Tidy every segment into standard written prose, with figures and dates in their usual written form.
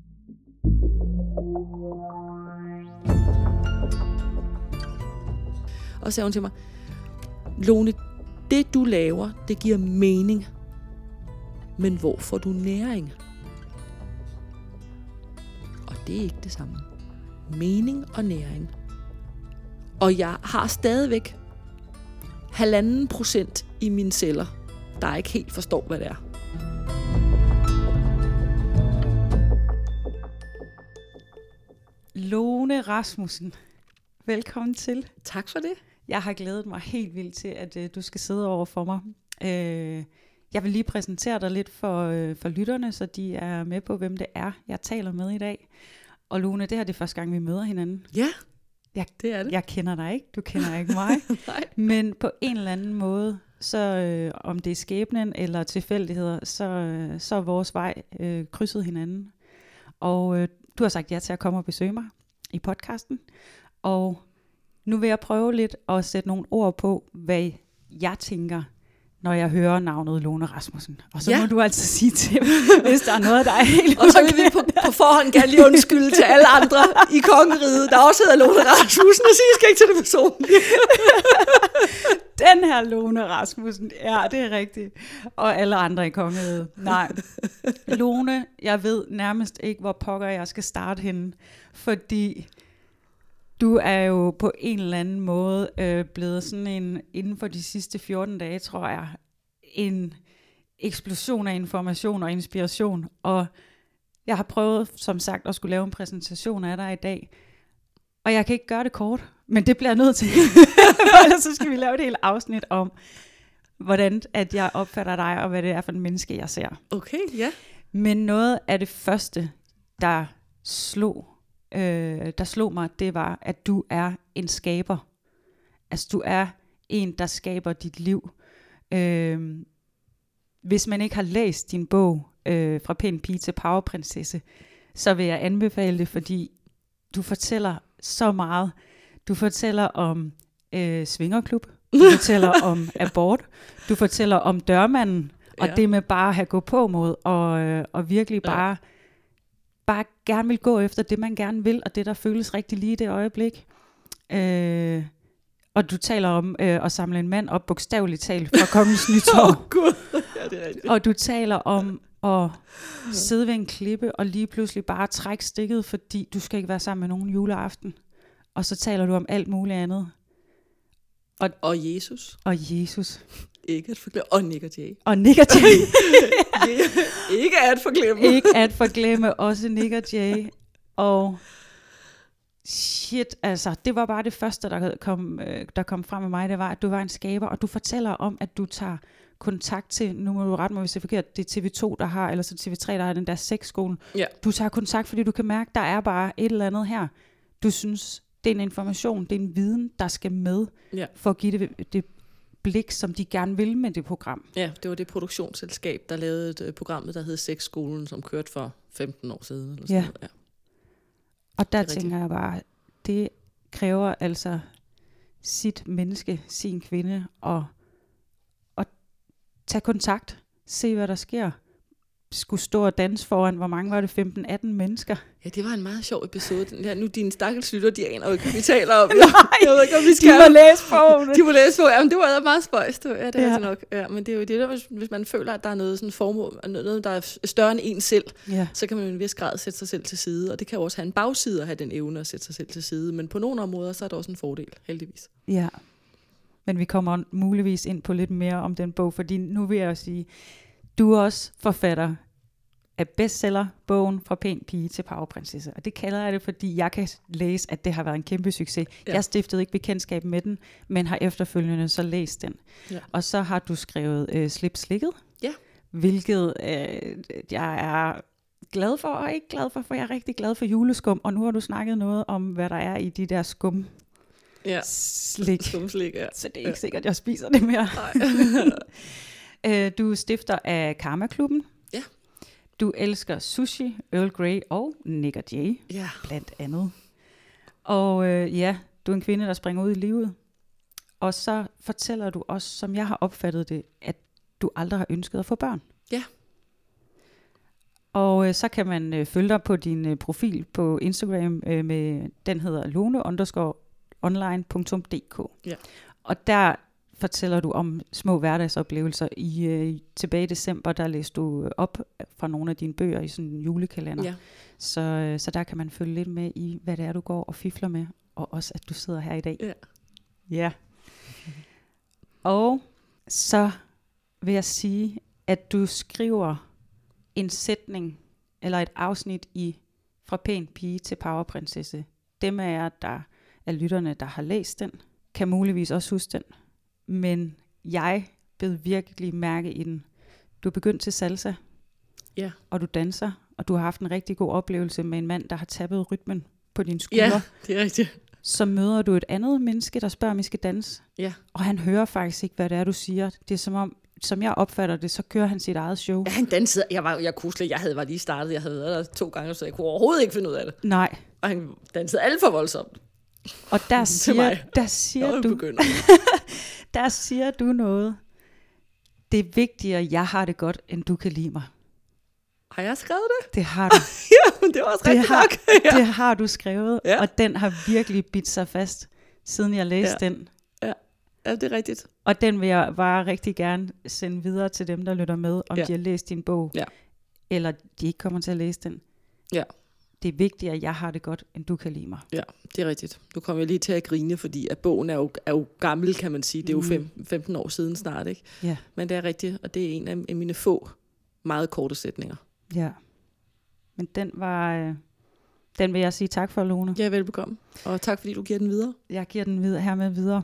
Og så sagde hun til mig, Lone, det du laver, det giver mening. Men hvor får du næring? Og det er ikke det samme. Mening og næring. Og jeg har stadigvæk 1,5% i mine celler, der ikke helt forstår, hvad det er. Lone Rasmussen, velkommen til. Tak for det. Jeg har glædet mig helt vildt til, at du skal sidde over for mig. Jeg vil lige præsentere dig lidt for lytterne, så de er med på, hvem det er, jeg taler med i dag. Og Lone, det her er det første gang, vi møder hinanden. Ja, det er det. Jeg kender dig ikke, du kender ikke mig. Men på en eller anden måde, så om det er skæbnen eller tilfældigheder, så er vores vej krydset hinanden. Og du har sagt ja til at komme og besøge mig i podcasten. Og nu vil jeg prøve lidt at sætte nogle ord på, hvad jeg tænker, når jeg hører navnet Lone Rasmussen. Og så må du altså sige til mig, hvis der er noget, der er helt og så vil vi på forhånd gerne lige undskylde til alle andre i kongeriget, der også hedder Lone Rasmussen, og sige, jeg skal ikke til det personligt. Den her Lone Rasmussen, ja, det er rigtigt. Og alle andre i kongeriget. Nej. Lone, jeg ved nærmest ikke, hvor pokker jeg skal starte henne, fordi du er jo på en eller anden måde blevet sådan en, inden for de sidste 14 dage, tror jeg, en eksplosion af information og inspiration. Og jeg har prøvet, som sagt, at skulle lave en præsentation af dig i dag. Og jeg kan ikke gøre det kort, men det bliver jeg nødt til. Ellers så skal vi lave et helt afsnit om, hvordan at jeg opfatter dig, og hvad det er for en menneske, jeg ser. Okay, ja. Men noget af det første, der slog mig, det var, at du er en skaber. Altså du er en, der skaber dit liv. Hvis man ikke har læst din bog, Fra pæn pige til powerprinsesse, så vil jeg anbefale det, fordi du fortæller så meget. Du fortæller om svingerklub, du fortæller om abort, du fortæller om dørmanden, og det med bare at have gå på mod, og virkelig bare gerne vil gå efter det, man gerne vil, og det, der føles rigtig lige i det øjeblik. Og du taler om at samle en mand op, bogstaveligt talt, fra Kongens Nytorv. Gud. Ja, det er rigtigt. Og du taler om at sidde ved en klippe, og lige pludselig bare trække stikket, fordi du skal ikke være sammen med nogen juleaften. Og så taler du om alt muligt andet. Og Jesus. Og Jesus. Ikke at forglemme. Og Nick og Jay. Og Nick og Jay. Ikke at forglemme. Ikke at forglemme, også Nick og Jay. Og shit, altså, det var bare det første, der kom frem med mig, det var, at du var en skaber, og du fortæller om, at du tager kontakt til, nu må du rette mig, hvis det er forkert, det er TV2, der har, eller så TV3, der har den der sexskolen. Ja. Du tager kontakt, fordi du kan mærke, der er bare et eller andet her. Du synes, det er en information, det er en viden, der skal med, for at give det blik, som de gerne vil med det program. Ja, det var det produktionsselskab, der lavede et program, der hed Sexskolen, som kørte for 15 år siden. Eller sådan noget. Ja. Og der tænker jeg bare, det kræver altså sit menneske, sin kvinde, og tage kontakt, se hvad der sker. Skulle stå og danse foran, hvor mange var det, 15-18 mennesker? Ja, det var en meget sjov episode. Ja, nu dine stakkels lytter, de aner jo ikke, hvad vi taler om. Nej, jeg ved ikke, om vi skal. De må læse på. De må læse på. Jamen, det var meget spøjst. Ja, det er altså nok. Ja, men det er jo det der, hvis man føler, at der er noget sådan formål, noget, der er større end en selv, så kan man i en vis grad sætte sig selv til side. Og det kan jo også have en bagside at have den evne at sætte sig selv til side. Men på nogle områder, så er det også en fordel, heldigvis. Ja, men vi kommer muligvis ind på lidt mere om den bog, fordi nu vil jeg sige, du er også forfatter af bestsellerbogen Fra pæn pige til powerprinsesse. Og det kalder jeg det, fordi jeg kan læse, at det har været en kæmpe succes. Ja. Jeg stiftede ikke bekendtskab med den, men har efterfølgende så læst den. Ja. Og så har du skrevet Slip Slikket, hvilket jeg er glad for og ikke glad for jeg er rigtig glad for juleskum. Og nu har du snakket noget om, hvad der er i de der skum. Ja, slik, ja. Så det er ikke sikkert, at jeg spiser det mere. Du er stifter af Karma-klubben. Ja. Du elsker sushi, Earl Grey og Nick og Jay, blandt andet. Og du er en kvinde, der springer ud i livet. Og så fortæller du også, som jeg har opfattet det, at du aldrig har ønsket at få børn. Ja. Og så kan man følge dig på din profil på Instagram, den hedder lone_online.dk. Ja. Og der fortæller du om små hverdagsoplevelser. Tilbage i december, der læste du op fra nogle af dine bøger i sådan en julekalender. Ja. Så der kan man følge lidt med i, hvad det er, du går og fifler med. Og også, at du sidder her i dag. Ja. Ja. Og så vil jeg sige, at du skriver en sætning, eller et afsnit i Fra pæn pige til powerprinsesse. Dem af jer, der er lytterne, der har læst den, kan muligvis også huske den. Men jeg bed virkelig mærke i den. Du er begyndt til salsa, Ja. og du danser, og du har haft en rigtig god oplevelse med en mand, der har tappet rytmen på dine skuldre. Ja, det er rigtigt. Så møder du et andet menneske, der spørger, om I skal danse. Ja. Og han hører faktisk ikke, hvad det er, du siger. Det er som jeg opfatter det, så kører han sit eget show. Ja, han dansede. Jeg kunne slet, var lige startet. Jeg havde været der 2 gange, så jeg kunne overhovedet ikke finde ud af det. Nej. Og han dansede alt for voldsomt. Og der siger du noget. Det er vigtigere, jeg har det godt, end du kan lide mig. Har jeg skrevet det? Det har du. Ja, men det var også rigtigt nok. Ja. Det har du skrevet, ja. Og den har virkelig bidt sig fast, siden jeg læste den. Ja, det er rigtigt. Og den vil jeg bare rigtig gerne sende videre til dem, der lytter med, om de har læst din bog, eller de ikke kommer til at læse den. Ja. Det er vigtigere, at jeg har det godt, end du kan lide mig. Ja, det er rigtigt. Nu kommer jeg lige til at grine, fordi at bogen er jo gammel, kan man sige. Det er jo 15 år siden snart, ikke? Ja. Men det er rigtigt, og det er en af mine få meget korte sætninger. Ja. Men den vil jeg sige tak for, Lone. Ja, velbekomme. Og tak, fordi du giver den videre. Jeg giver den hermed videre.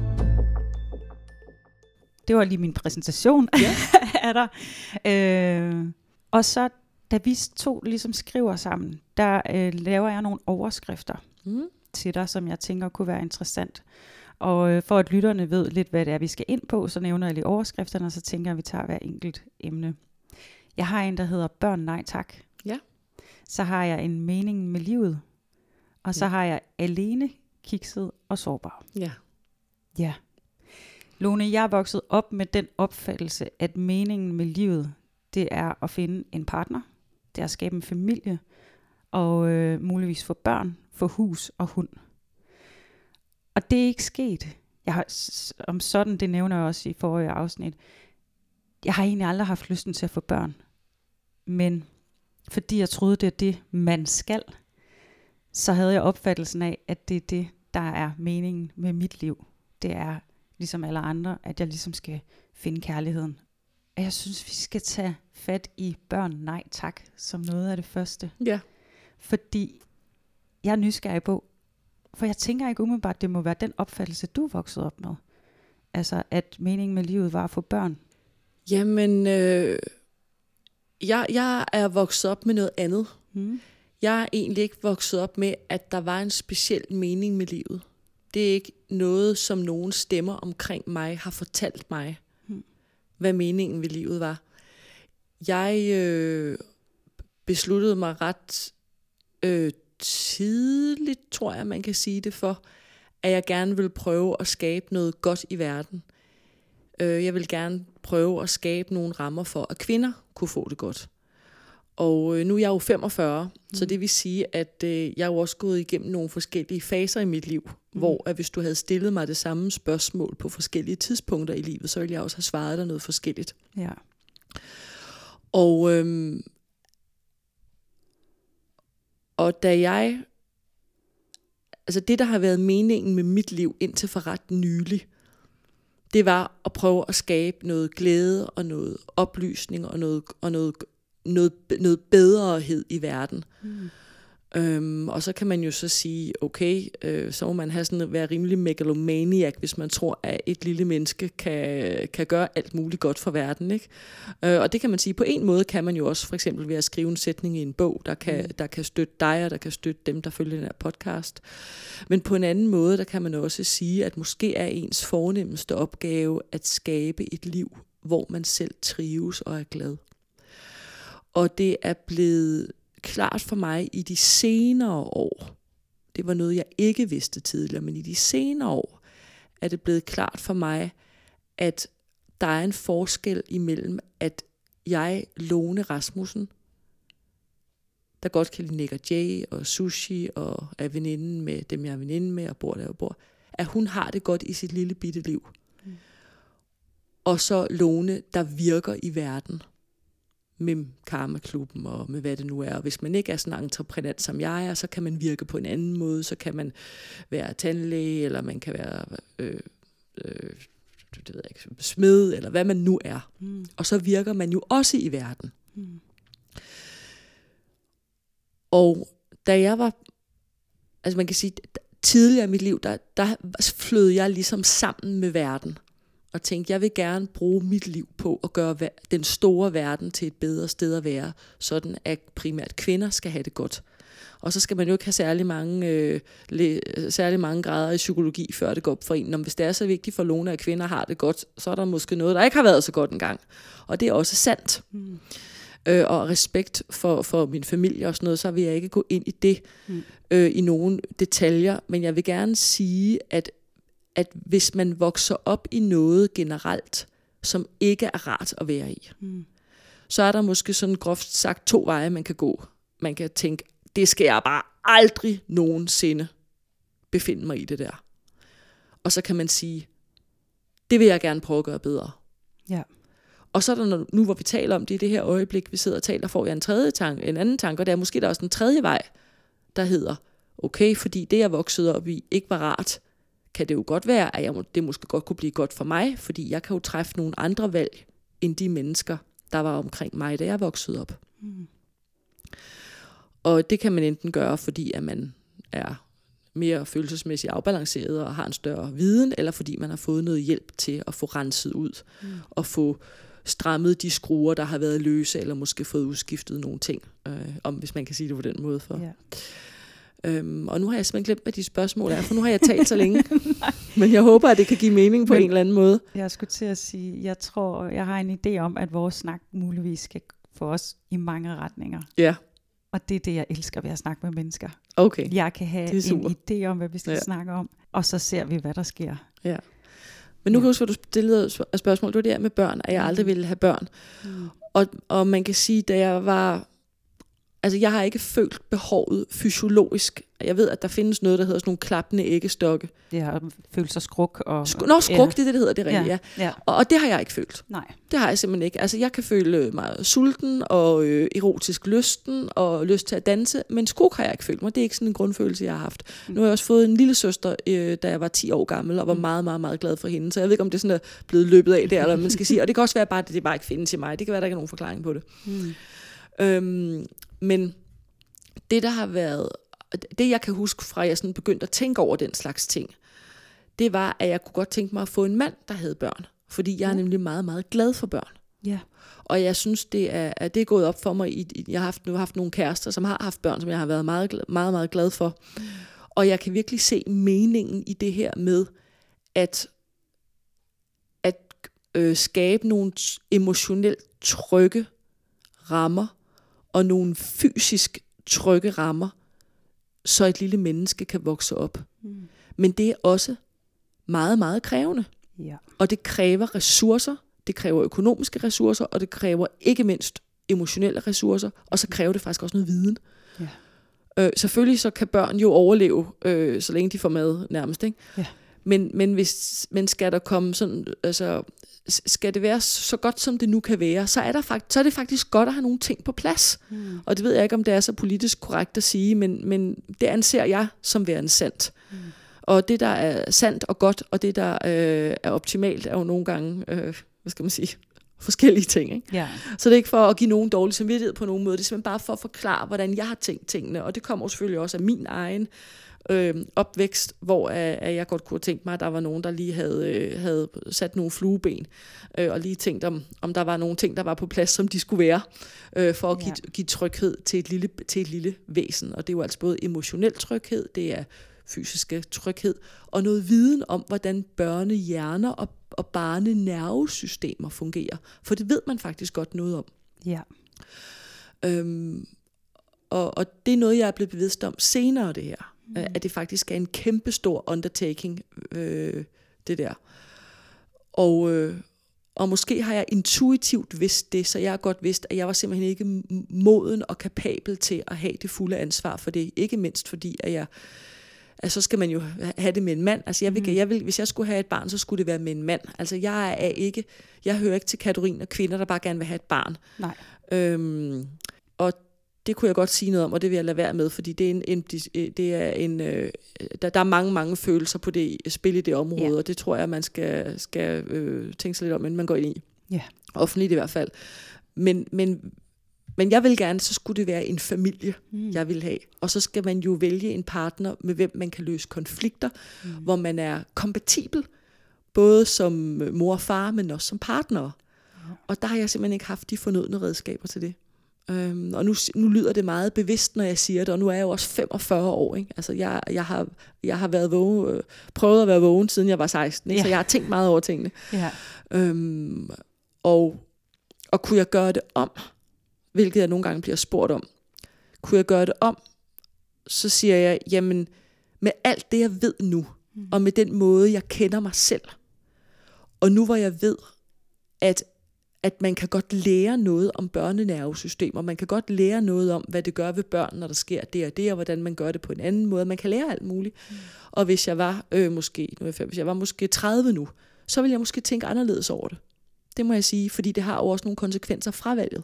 Det var lige min præsentation af dig. Og så, da vi to ligesom skriver sammen, der laver jeg nogle overskrifter til dig, som jeg tænker kunne være interessant. Og for at lytterne ved lidt, hvad det er, vi skal ind på, så nævner jeg lige overskrifterne, og så tænker jeg, at vi tager hver enkelt emne. Jeg har en, der hedder Børn nej tak. Ja. Så har jeg en mening med livet. Og så har jeg alene, kikset og sårbar. Ja. Ja. Lone, jeg er vokset op med den opfattelse, at meningen med livet, det er at finde en partner. Det er at skabe en familie. Og muligvis få børn, få hus og hund. Og det er ikke sket. Jeg har, om sådan, det nævner jeg også i forrige afsnit. Jeg har egentlig aldrig haft lysten til at få børn. Men fordi jeg troede, det er det, man skal, så havde jeg opfattelsen af, at det er det, der er meningen med mit liv. Det er, ligesom alle andre, at jeg ligesom skal finde kærligheden. Og jeg synes, vi skal tage fat i børn nej tak, som noget af det første. Ja. Fordi jeg er nysgerrig på, for jeg tænker ikke umiddelbart, det må være den opfattelse, du er vokset op med. Altså, at meningen med livet var at få børn. Jamen, jeg er vokset op med noget andet. Jeg er egentlig ikke vokset op med, at der var en speciel mening med livet. Det er ikke noget, som nogen stemmer omkring mig har fortalt mig, hvad meningen ved livet var. Jeg besluttede mig ret tidligt, tror jeg, man kan sige det for, at jeg gerne vil prøve at skabe noget godt i verden. Jeg vil gerne prøve at skabe nogle rammer for, at kvinder kunne få det godt. Og nu er jeg jo 45, så det vil sige, at jeg er jo også gået igennem nogle forskellige faser i mit liv, hvor at hvis du havde stillet mig det samme spørgsmål på forskellige tidspunkter i livet, så ville jeg også have svaret dig noget forskelligt. Ja. Og da jeg, altså det, der har været meningen med mit liv indtil for ret nylig, det var at prøve at skabe noget glæde og noget oplysning og noget bedrehed i verden. Og så kan man jo så sige, okay, så må man være rimelig megalomaniac, hvis man tror, at et lille menneske kan gøre alt muligt godt for verden, ikke? Og det kan man sige, på en måde kan man jo også for eksempel ved at skrive en sætning i en bog, der kan støtte dig, og der kan støtte dem, der følger den her podcast. Men på en anden måde, der kan man også sige, at måske er ens fornemmeste opgave at skabe et liv, hvor man selv trives og er glad. Og det er blevet klart for mig i de senere år, det var noget jeg ikke vidste tidligere, men i de senere år er det blevet klart for mig, at der er en forskel imellem, at jeg, Lone Rasmussen, der godt kan lide Nick og Jay og sushi og er veninde med dem, jeg er veninde med og bor der og bor, at hun har det godt i sit lille bitte liv. Og så Lone, der virker i verden med Karma-klubben og med hvad det nu er. Og hvis man ikke er sådan en entreprenant som jeg er, så kan man virke på en anden måde. Så kan man være tandlæge, eller man kan være det ved jeg ikke, smed, eller hvad man nu er. Og så virker man jo også i verden. Og da jeg var, altså man kan sige, tidligere i mit liv, der flød jeg ligesom sammen med verden. Og tænkte, jeg vil gerne bruge mit liv på at gøre den store verden til et bedre sted at være, sådan at primært kvinder skal have det godt. Og så skal man jo ikke have særlig mange grader i psykologi, før det går op for en. Når hvis det er så vigtigt for Lone, at kvinder har det godt, så er der måske noget, der ikke har været så godt engang. Og det er også sandt. Og respekt for min familie og sådan noget, så vil jeg ikke gå ind i det i nogle detaljer. Men jeg vil gerne sige, at hvis man vokser op i noget generelt, som ikke er rart at være i, så er der måske sådan groft sagt 2 veje, man kan gå. Man kan tænke, det skal jeg bare aldrig nogensinde befinde mig i det der. Og så kan man sige, det vil jeg gerne prøve at gøre bedre. Ja. Og så er der nu, hvor vi taler om det i det her øjeblik, vi sidder og taler, får jeg en anden tanke, og der er måske der også en tredje vej, der hedder, okay, fordi det jeg voksede op i ikke var rart, kan det jo godt være, at det måske godt kunne blive godt for mig, fordi jeg kan jo træffe nogle andre valg, end de mennesker, der var omkring mig, da jeg voksede op. Og det kan man enten gøre, fordi at man er mere følelsesmæssigt afbalanceret og har en større viden, eller fordi man har fået noget hjælp til at få renset ud, og få strammet de skruer, der har været løse, eller måske fået udskiftet nogle ting, hvis man kan sige det på den måde. Og nu har jeg simpelthen glemt, hvad de spørgsmål er, for nu har jeg talt så længe. Men jeg håber, at det kan give mening på en eller anden måde. Jeg skulle til at sige, jeg tror, jeg har en idé om, at vores snak muligvis skal få os i mange retninger. Ja. Og det er det, jeg elsker ved at snakke med mennesker. Okay. Jeg kan have en idé om, hvad vi skal snakke om, og så ser vi, hvad der sker. Ja. Men nu kan jeg huske, hvad du stillede spørgsmål. Det var det her med børn, at jeg aldrig ville have børn. Og man kan sige, da jeg var... Altså, jeg har ikke følt behovet fysiologisk. Jeg ved, at der findes noget, der hedder sådan nogle klappende æggestokke. Det har følt sig skruk. Skruk, det er det hedder, det er rigtigt, ja. Og det har jeg ikke følt. Nej. Det har jeg simpelthen ikke. Altså, jeg kan føle mig sulten og erotisk lysten og lyst til at danse, men skruk har jeg ikke følt mig. Det er ikke sådan en grundfølelse, jeg har haft. Nu har jeg også fået en lille søster, da jeg var 10 år gammel, og var meget, meget, meget glad for hende. Så jeg ved ikke, om det sådan er blevet løbet af der, eller man skal sige. Og det kan også være bare, at det bare ikke findes i mig. Det kan være, der ikke er nogen forklaring på det. Men det, der har været, det jeg kan huske fra, jeg sådan begyndte at tænke over den slags ting, det var, at jeg kunne godt tænke mig at få en mand, der havde børn. Fordi jeg er nemlig meget, meget glad for børn. Ja. Og jeg synes, det er gået op for mig. Jeg har haft nogle kærester, som har haft børn, som jeg har været meget, meget, meget glad for. Og jeg kan virkelig se meningen i det her med, at skabe nogle emotionelt trygge rammer, og nogle fysisk trygge rammer, så et lille menneske kan vokse op. Men det er også meget, meget krævende. Ja. Og det kræver ressourcer, det kræver økonomiske ressourcer, og det kræver ikke mindst emotionelle ressourcer, og så kræver det faktisk også noget viden. Ja. Selvfølgelig så kan børn jo overleve, så længe de får mad nærmest, ikke? Ja. Men skal der komme sådan, altså skal det være så godt som det nu kan være, så er det faktisk godt at have nogle ting på plads. Og det ved jeg ikke, om det er så politisk korrekt at sige, men det anser jeg som værende sandt. Og det der er sandt og godt, og det der er optimalt, er jo nogle gange, hvad skal man sige, forskellige ting. Ikke? Ja. Så det er ikke for at give nogen dårlig samvittighed på nogen måde, det er simpelthen bare for at forklare, hvordan jeg har tænkt tingene, og det kommer selvfølgelig også af min egen opvækst, hvor jeg godt kunne tænke mig, at der var nogen, der lige havde sat nogle flueben, og lige tænkt om der var nogle ting, der var på plads, som de skulle være, for at give tryghed til et lille væsen. Og det er jo altså både emotionel tryghed, det er fysiske tryghed, og noget viden om, hvordan børnehjerner og barnenervesystemer fungerer. For det ved man faktisk godt noget om. Ja. Og det er noget, jeg er blevet bevidst om senere, det her. At det faktisk er en kæmpestor undertaking, det der. Og Og måske har jeg intuitivt vidst det, så jeg har godt vidst, at jeg var simpelthen ikke moden og kapabel til at have det fulde ansvar for det. Ikke mindst fordi, at så skal man jo have det med en mand. Altså jeg vil, hvis jeg skulle have et barn, så skulle det være med en mand. Altså jeg hører ikke til kategorien af kvinder, der bare gerne vil have et barn. Nej. Og det kunne jeg godt sige noget om, og det vil jeg lade være med, fordi der er mange følelser på det spil i det område, og det tror jeg, man skal tænke sig lidt om, inden man går ind i. Ja. Offentligt i hvert fald. Men jeg vil gerne, så skulle det være en familie, jeg vil have. Og så skal man jo vælge en partner, med hvem man kan løse konflikter, hvor man er kompatibel, både som mor og far, men også som partner. Ja. Og der har jeg simpelthen ikke haft de fornødne redskaber til det. Og nu lyder det meget bevidst, når jeg siger det, og nu er jeg jo også 45 år. Ikke? Altså jeg har været vågen, prøvet at være vågen, siden jeg var 16, ikke? Så jeg har tænkt meget over tingene. Ja. Og kunne jeg gøre det om, hvilket jeg nogle gange bliver spurgt om, kunne jeg gøre det om, så siger jeg, jamen med alt det jeg ved nu, og med den måde jeg kender mig selv, og nu hvor jeg ved, at man kan godt lære noget om børnenervesystemer, man kan godt lære noget om, hvad det gør ved børn, når der sker det og det, og hvordan man gør det på en anden måde. Man kan lære alt muligt. Og hvis jeg var hvis jeg var måske 30 nu, så ville jeg måske tænke anderledes over det. Det må jeg sige, fordi det har jo også nogle konsekvenser fra valget.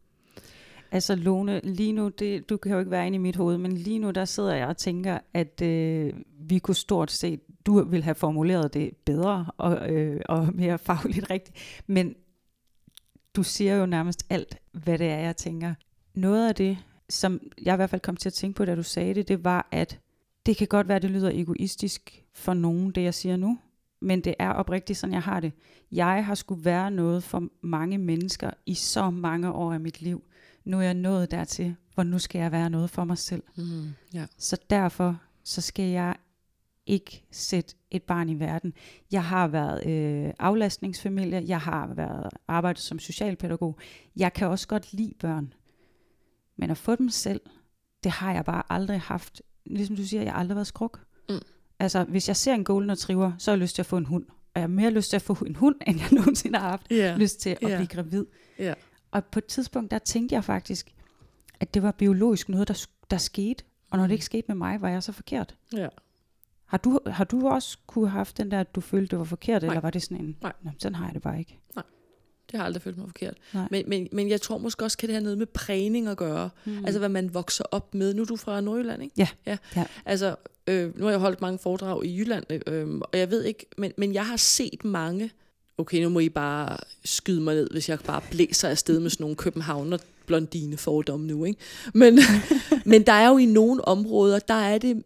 Altså Lone, lige nu, du kan jo ikke være inde i mit hoved, men lige nu der sidder jeg og tænker, at vi kunne stort set, du ville have formuleret det bedre og mere fagligt rigtigt, men du siger jo nærmest alt, hvad det er, jeg tænker. Noget af det, som jeg i hvert fald kom til at tænke på, da du sagde det, det var, at det kan godt være, det lyder egoistisk for nogen, det jeg siger nu, men det er oprigtigt, sådan jeg har det. Jeg har skulle være noget for mange mennesker i så mange år af mit liv. Nu er jeg nået dertil, hvor nu skal jeg være noget for mig selv. Så derfor så skal jeg ikke sætte et barn i verden. Jeg har været aflastningsfamilie, jeg har været arbejdet som socialpædagog. Jeg kan også godt lide børn. Men at få dem selv, det har jeg bare aldrig haft. Ligesom du siger, jeg har aldrig været skruk. Altså, hvis jeg ser en golden retriever, så har jeg lyst til at få en hund. Og jeg har mere lyst til at få en hund, end jeg nogensinde har haft lyst til at blive gravid. Og på et tidspunkt, der tænkte jeg faktisk, at det var biologisk noget, der skete. Og når det ikke skete med mig, var jeg så forkert. Ja. Har du også kunne have haft den der, at du følte, det var forkert, eller var det sådan en, sådan har jeg det bare ikke? Nej, det har aldrig følt mig forkert. Men jeg tror måske også, kan det have noget med prægning at gøre. Altså, hvad man vokser op med. Nu er du fra Nordjylland, ikke? Ja. Altså, nu har jeg holdt mange foredrag i Jylland, og jeg ved ikke, men jeg har set mange, okay, nu må I bare skyde mig ned, hvis jeg bare blæser afsted med sådan nogle københavner blondine fordomme nu, ikke? Men der er jo i nogle områder, der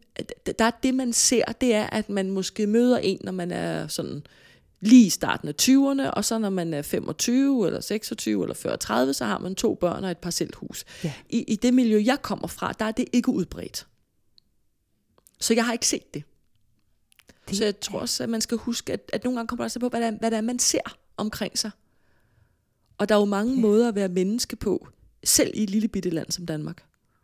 er det man ser, det er, at man måske møder en, når man er sådan lige i starten af 20'erne, og så når man er 25 eller 26 eller 40-30, så har man 2 børn og et parcelhus. Ja. I det miljø, jeg kommer fra, der er det ikke udbredt. Så jeg har ikke set det. Så jeg tror også, at man skal huske, at nogle gange kommer der også på, hvad det er, man ser omkring sig. Og der er jo mange måder at være menneske på, selv i et lille bitte land som Danmark.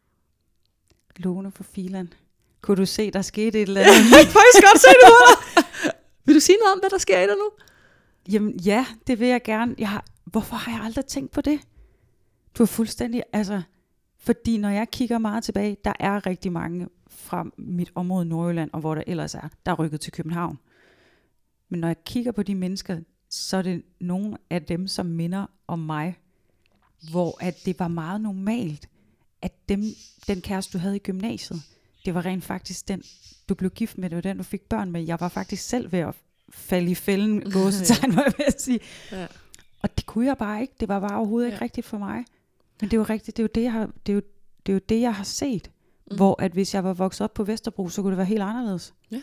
Lone for filan. Kunne du se, der skete et eller andet? Jeg kan faktisk godt se det på dig. Vil du sige noget om, hvad der sker i dig nu? Jamen ja, det vil jeg gerne. Hvorfor har jeg aldrig tænkt på det? Du er fuldstændig, fordi når jeg kigger meget tilbage, der er rigtig mange fra mit område Nordjylland, og hvor der ellers er, der er rykket til København. Men når jeg kigger på de mennesker, så er det nogle af dem, som minder om mig, hvor at det var meget normalt, at den kæreste, du havde i gymnasiet, det var rent faktisk den, du blev gift med, det var den, du fik børn med. Jeg var faktisk selv ved at falde i fælden, gåsetegn, må jeg vil sige. Ja. Og det kunne jeg bare ikke. Det var bare overhovedet ikke rigtigt for mig. Men det er jo rigtigt. Det er jo det, jeg har set. Hvor at hvis jeg var vokset op på Vesterbro, så kunne det være helt anderledes. Ja.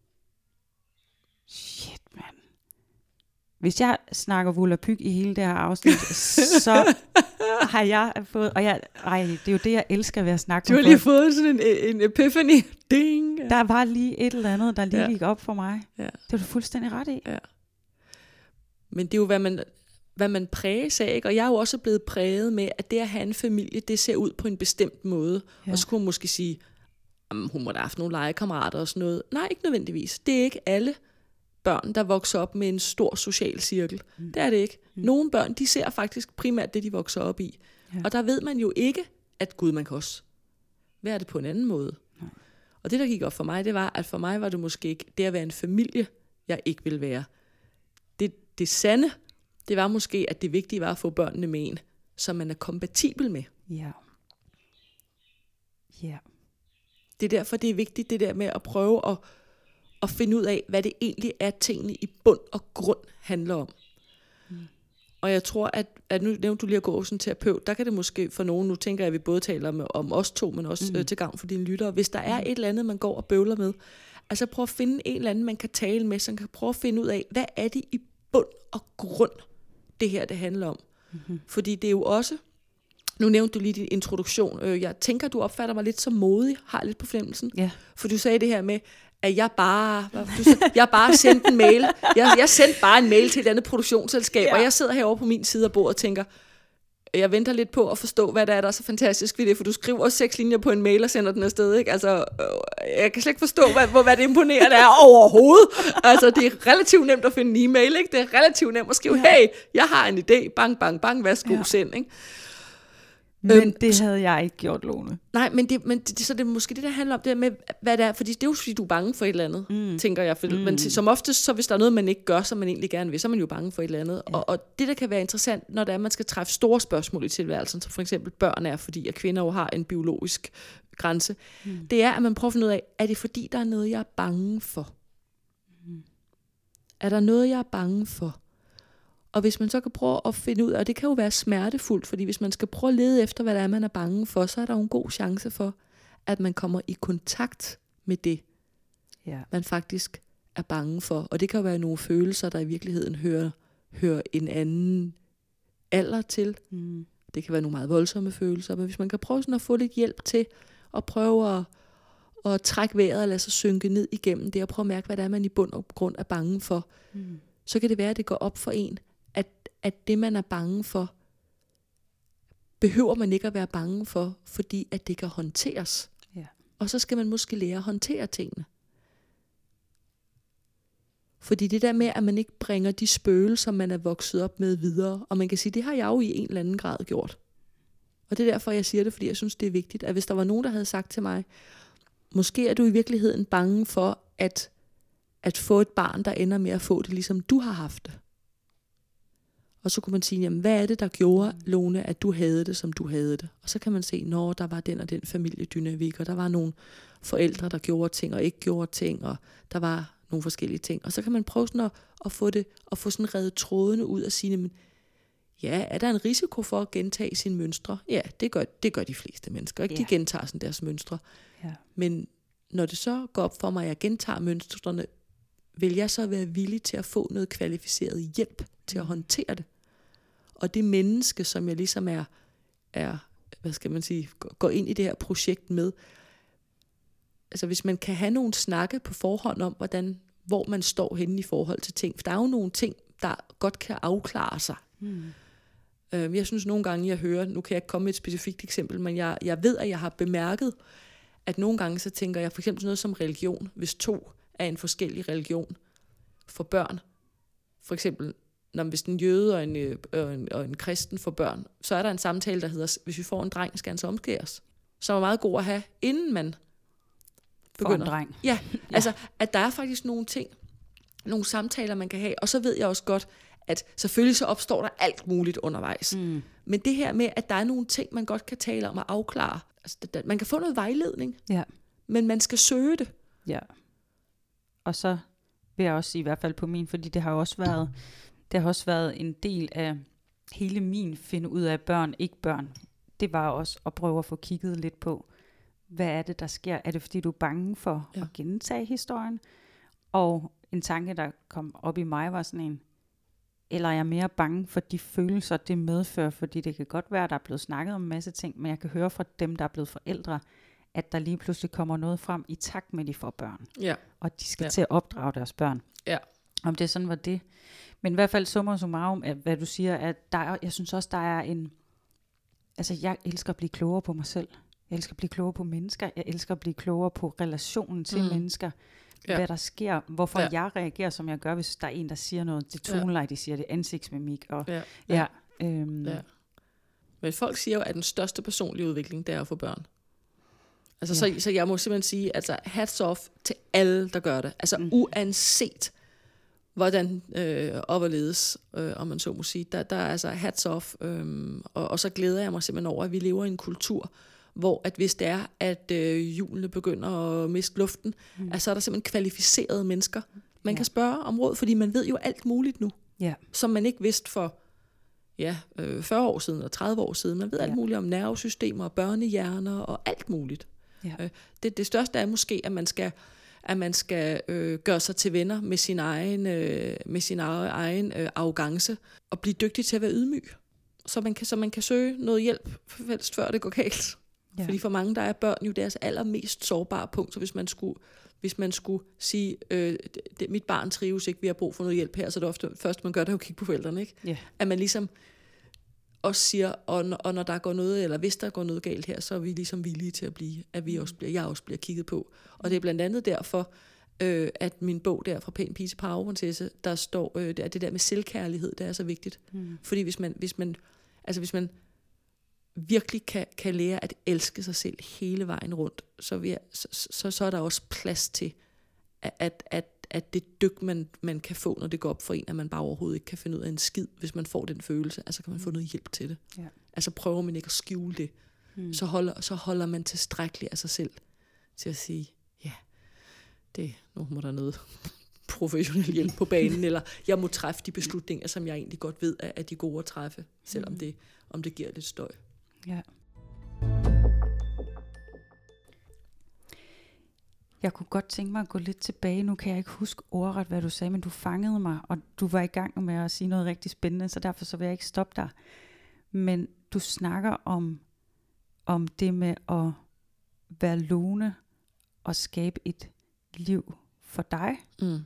Shit, mand. Hvis jeg snakker volapyk i hele det her afsnit, så har jeg fået, og det er jo det, jeg elsker ved at snakke om. Du har lige fået sådan en epiphany. Ding. Der var lige et eller andet, der lige gik op for mig. Ja. Det var du fuldstændig ret i. Ja. Men det er jo, hvad man præges af, ikke? Og jeg er jo også blevet præget med, at det at have en familie, det ser ud på en bestemt måde. Ja. Og så kunne man måske sige, hun må da have haft nogle legekammerater og sådan noget. Nej, ikke nødvendigvis. Det er ikke alle børn, der vokser op med en stor social cirkel. Det er det ikke. Nogle børn, de ser faktisk primært det, de vokser op i. Ja. Og der ved man jo ikke, at Gud, man kan også være det på en anden måde. Nej. Og det, der gik op for mig, det var, at for mig var det måske ikke det at være en familie, jeg ikke ville være. Det sande, det var måske, at det vigtige var at få børnene med en, som man er kompatibel med. Ja. Ja. Det er derfor, det er vigtigt, det der med at prøve at finde ud af, hvad det egentlig er, tingene i bund og grund handler om. Og jeg tror, at nu nævnte du lige at gå hos en terapeut, der kan det måske for nogen, nu tænker jeg, at vi både taler om os to, men også til gavn for dine lyttere. Hvis der er et eller andet, man går og bøvler med, altså prøv at finde en eller anden, man kan tale med, som kan prøve at finde ud af, hvad er det i bund og grund, det her, det handler om. Fordi det er jo også, nu nævnte du lige din introduktion, jeg tænker, du opfatter mig lidt som modig, har lidt på fornemmelsen. Ja. For du sagde det her med, at jeg bare sendte en mail. Jeg sendte bare en mail til et andet produktionsselskab, og jeg sidder herovre på min side af bordet og tænker, jeg venter lidt på at forstå, hvad der er så fantastisk ved det, for du skriver 6 linjer på en mail og sender den afsted, ikke? Altså, jeg kan slet ikke forstå, hvad det imponerende er overhovedet. Altså, det er relativt nemt at finde en e-mail, ikke? Det er relativt nemt at skrive, hey, jeg har en idé, bang, bang, bang, værsgo, send, ikke? Men det havde jeg ikke gjort, Lone. Nej, så det er måske det, der handler om det med, hvad det er. Fordi det er jo fordi, du er bange for et eller andet, tænker jeg. Men som oftest, så hvis der er noget, man ikke gør, som man egentlig gerne vil, så er man jo bange for et eller andet. Ja. Og det, der kan være interessant, når det er, man skal træffe store spørgsmål i tilværelsen, som for eksempel børn er, fordi at kvinder jo har en biologisk grænse, det er, at man prøver at finde ud af, er det fordi, der er noget, jeg er bange for? Er der noget, jeg er bange for? Og hvis man så kan prøve at finde ud af, og det kan jo være smertefuldt, fordi hvis man skal prøve at lede efter, hvad det er, man er bange for, så er der jo en god chance for, at man kommer i kontakt med det, man faktisk er bange for. Og det kan jo være nogle følelser, der i virkeligheden hører en anden alder til. Det kan være nogle meget voldsomme følelser, men hvis man kan prøve sådan at få lidt hjælp til at prøve at trække vejret og lade sig synke ned igennem det, og prøve at mærke, hvad det er, man i bund og grund er bange for, så kan det være, at det går op for en, at det, man er bange for, behøver man ikke at være bange for, fordi at det kan håndteres. Ja. Og så skal man måske lære at håndtere tingene. Fordi det der med, at man ikke bringer de spøgelser, man er vokset op med videre, og man kan sige, det har jeg jo i en eller anden grad gjort. Og det er derfor, jeg siger det, fordi jeg synes, det er vigtigt, at hvis der var nogen, der havde sagt til mig, måske er du i virkeligheden bange for, at få et barn, der ender med at få det, ligesom du har haft det. Og så kunne man sige, jamen, hvad er det, der gjorde, Lone, at du havde det, som du havde det? Og så kan man se, når der var den og den familiedynamik, og der var nogle forældre, der gjorde ting og ikke gjorde ting, og der var nogle forskellige ting. Og så kan man prøve sådan at få sådan reddet trådene ud og sige, men ja, er der en risiko for at gentage sine mønstre? Ja, det gør de fleste mennesker, ikke? De gentager sådan deres mønstre. Ja. Men når det så går op for mig, at jeg gentager mønstrene, vil jeg så være villig til at få noget kvalificeret hjælp til at håndtere det? Og det menneske, som jeg ligesom er, hvad skal man sige, går ind i det her projekt med, altså hvis man kan have nogle snakke på forhånd om, hvor man står henne i forhold til ting, for der er jo nogle ting, der godt kan afklare sig. Jeg synes nogle gange, jeg hører, nu kan jeg ikke komme med et specifikt eksempel, men jeg ved, at jeg har bemærket, at nogle gange så tænker jeg for eksempel noget som religion, hvis to er en forskellig religion for børn, for eksempel hvis en jøde og en kristen får børn, så er der en samtale, der hedder, hvis vi får en dreng, skal han så omskæres. Som er meget god at have, inden man begynder. For en dreng. Ja, altså, at der er faktisk nogle ting, nogle samtaler, man kan have, og så ved jeg også godt, at selvfølgelig så opstår der alt muligt undervejs. Men det her med, at der er nogle ting, man godt kan tale om og afklare. Altså, man kan få noget vejledning, men man skal søge det. Ja. Og så vil jeg også sige, i hvert fald på min, fordi det har også været en del af hele min finde ud af børn, ikke børn. Det var også at prøve at få kigget lidt på, hvad er det, der sker? Er det, fordi du er bange for at gentage historien? Og en tanke, der kom op i mig, var sådan en, eller er jeg mere bange for de følelser, det medfører? Fordi det kan godt være, at der er blevet snakket om en masse ting, men jeg kan høre fra dem, der er blevet forældre, at der lige pludselig kommer noget frem i takt med, de får børn. Ja. Og de skal til at opdrage deres børn. Ja. Om det sådan var det. Men i hvert fald summa summarum, at hvad du siger, at jeg synes også, der er en... Altså, jeg elsker at blive klogere på mig selv. Jeg elsker at blive klogere på mennesker. Jeg elsker at blive klogere på relationen til mennesker. hvad der sker, hvorfor jeg reagerer, som jeg gør, hvis der er en, der siger noget. Det toneleje, de siger, det ansigtsmimik. Og, Men folk siger jo, at den største personlige udvikling, det er at få børn. Altså, så jeg må simpelthen sige, altså hats off til alle, der gør det. Altså uanset hvordan overledes, om man så må sige. Der er altså hats off, og så glæder jeg mig simpelthen over, at vi lever i en kultur, hvor at hvis det er, at hjulene begynder at miste luften, så er der simpelthen kvalificerede mennesker, man kan spørge om råd, fordi man ved jo alt muligt nu, som man ikke vidste for 40 år siden og 30 år siden. Man ved alt muligt om nervesystemer og børnehjerner og alt muligt. Ja. Det største er måske, at man skal gøre sig til venner med sin egen arrogance og blive dygtig til at være ydmyg, så man kan søge noget hjælp, helst før det går galt. Ja. Fordi for mange, der er børn jo deres allermest sårbare punkt, så hvis man skulle sige, mit barn trives ikke, vi har brug for noget hjælp her, så det ofte først, man gør det jo at kigge på forældrene, ikke? Yeah. At man ligesom også siger, og når der går noget, eller hvis der går noget galt her, så er vi ligesom villige til at blive, at jeg også bliver kigget på. Og det er blandt andet derfor, at min bog der, fra Pæn Pige til Powerprinsesse, der står, det der med selvkærlighed, det er så vigtigt. Fordi hvis man virkelig kan lære at elske sig selv hele vejen rundt, så er der også plads til, at det dyk, man kan få, når det går op for en, at man bare overhovedet ikke kan finde ud af en skid, hvis man får den følelse, altså kan man få noget hjælp til det. Ja. Altså prøver man ikke at skjule det, så holder man tilstrækkeligt af sig selv til at sige, nu må der noget professionel hjælp på banen, eller jeg må træffe de beslutninger, som jeg egentlig godt ved er de gode at træffe, selvom det giver lidt støj. Ja. Jeg kunne godt tænke mig at gå lidt tilbage. Nu kan jeg ikke huske ordret, hvad du sagde, men du fangede mig, og du var i gang med at sige noget rigtig spændende, så derfor så vil jeg ikke stoppe dig. Men du snakker om det med at være Lone og skabe et liv for dig.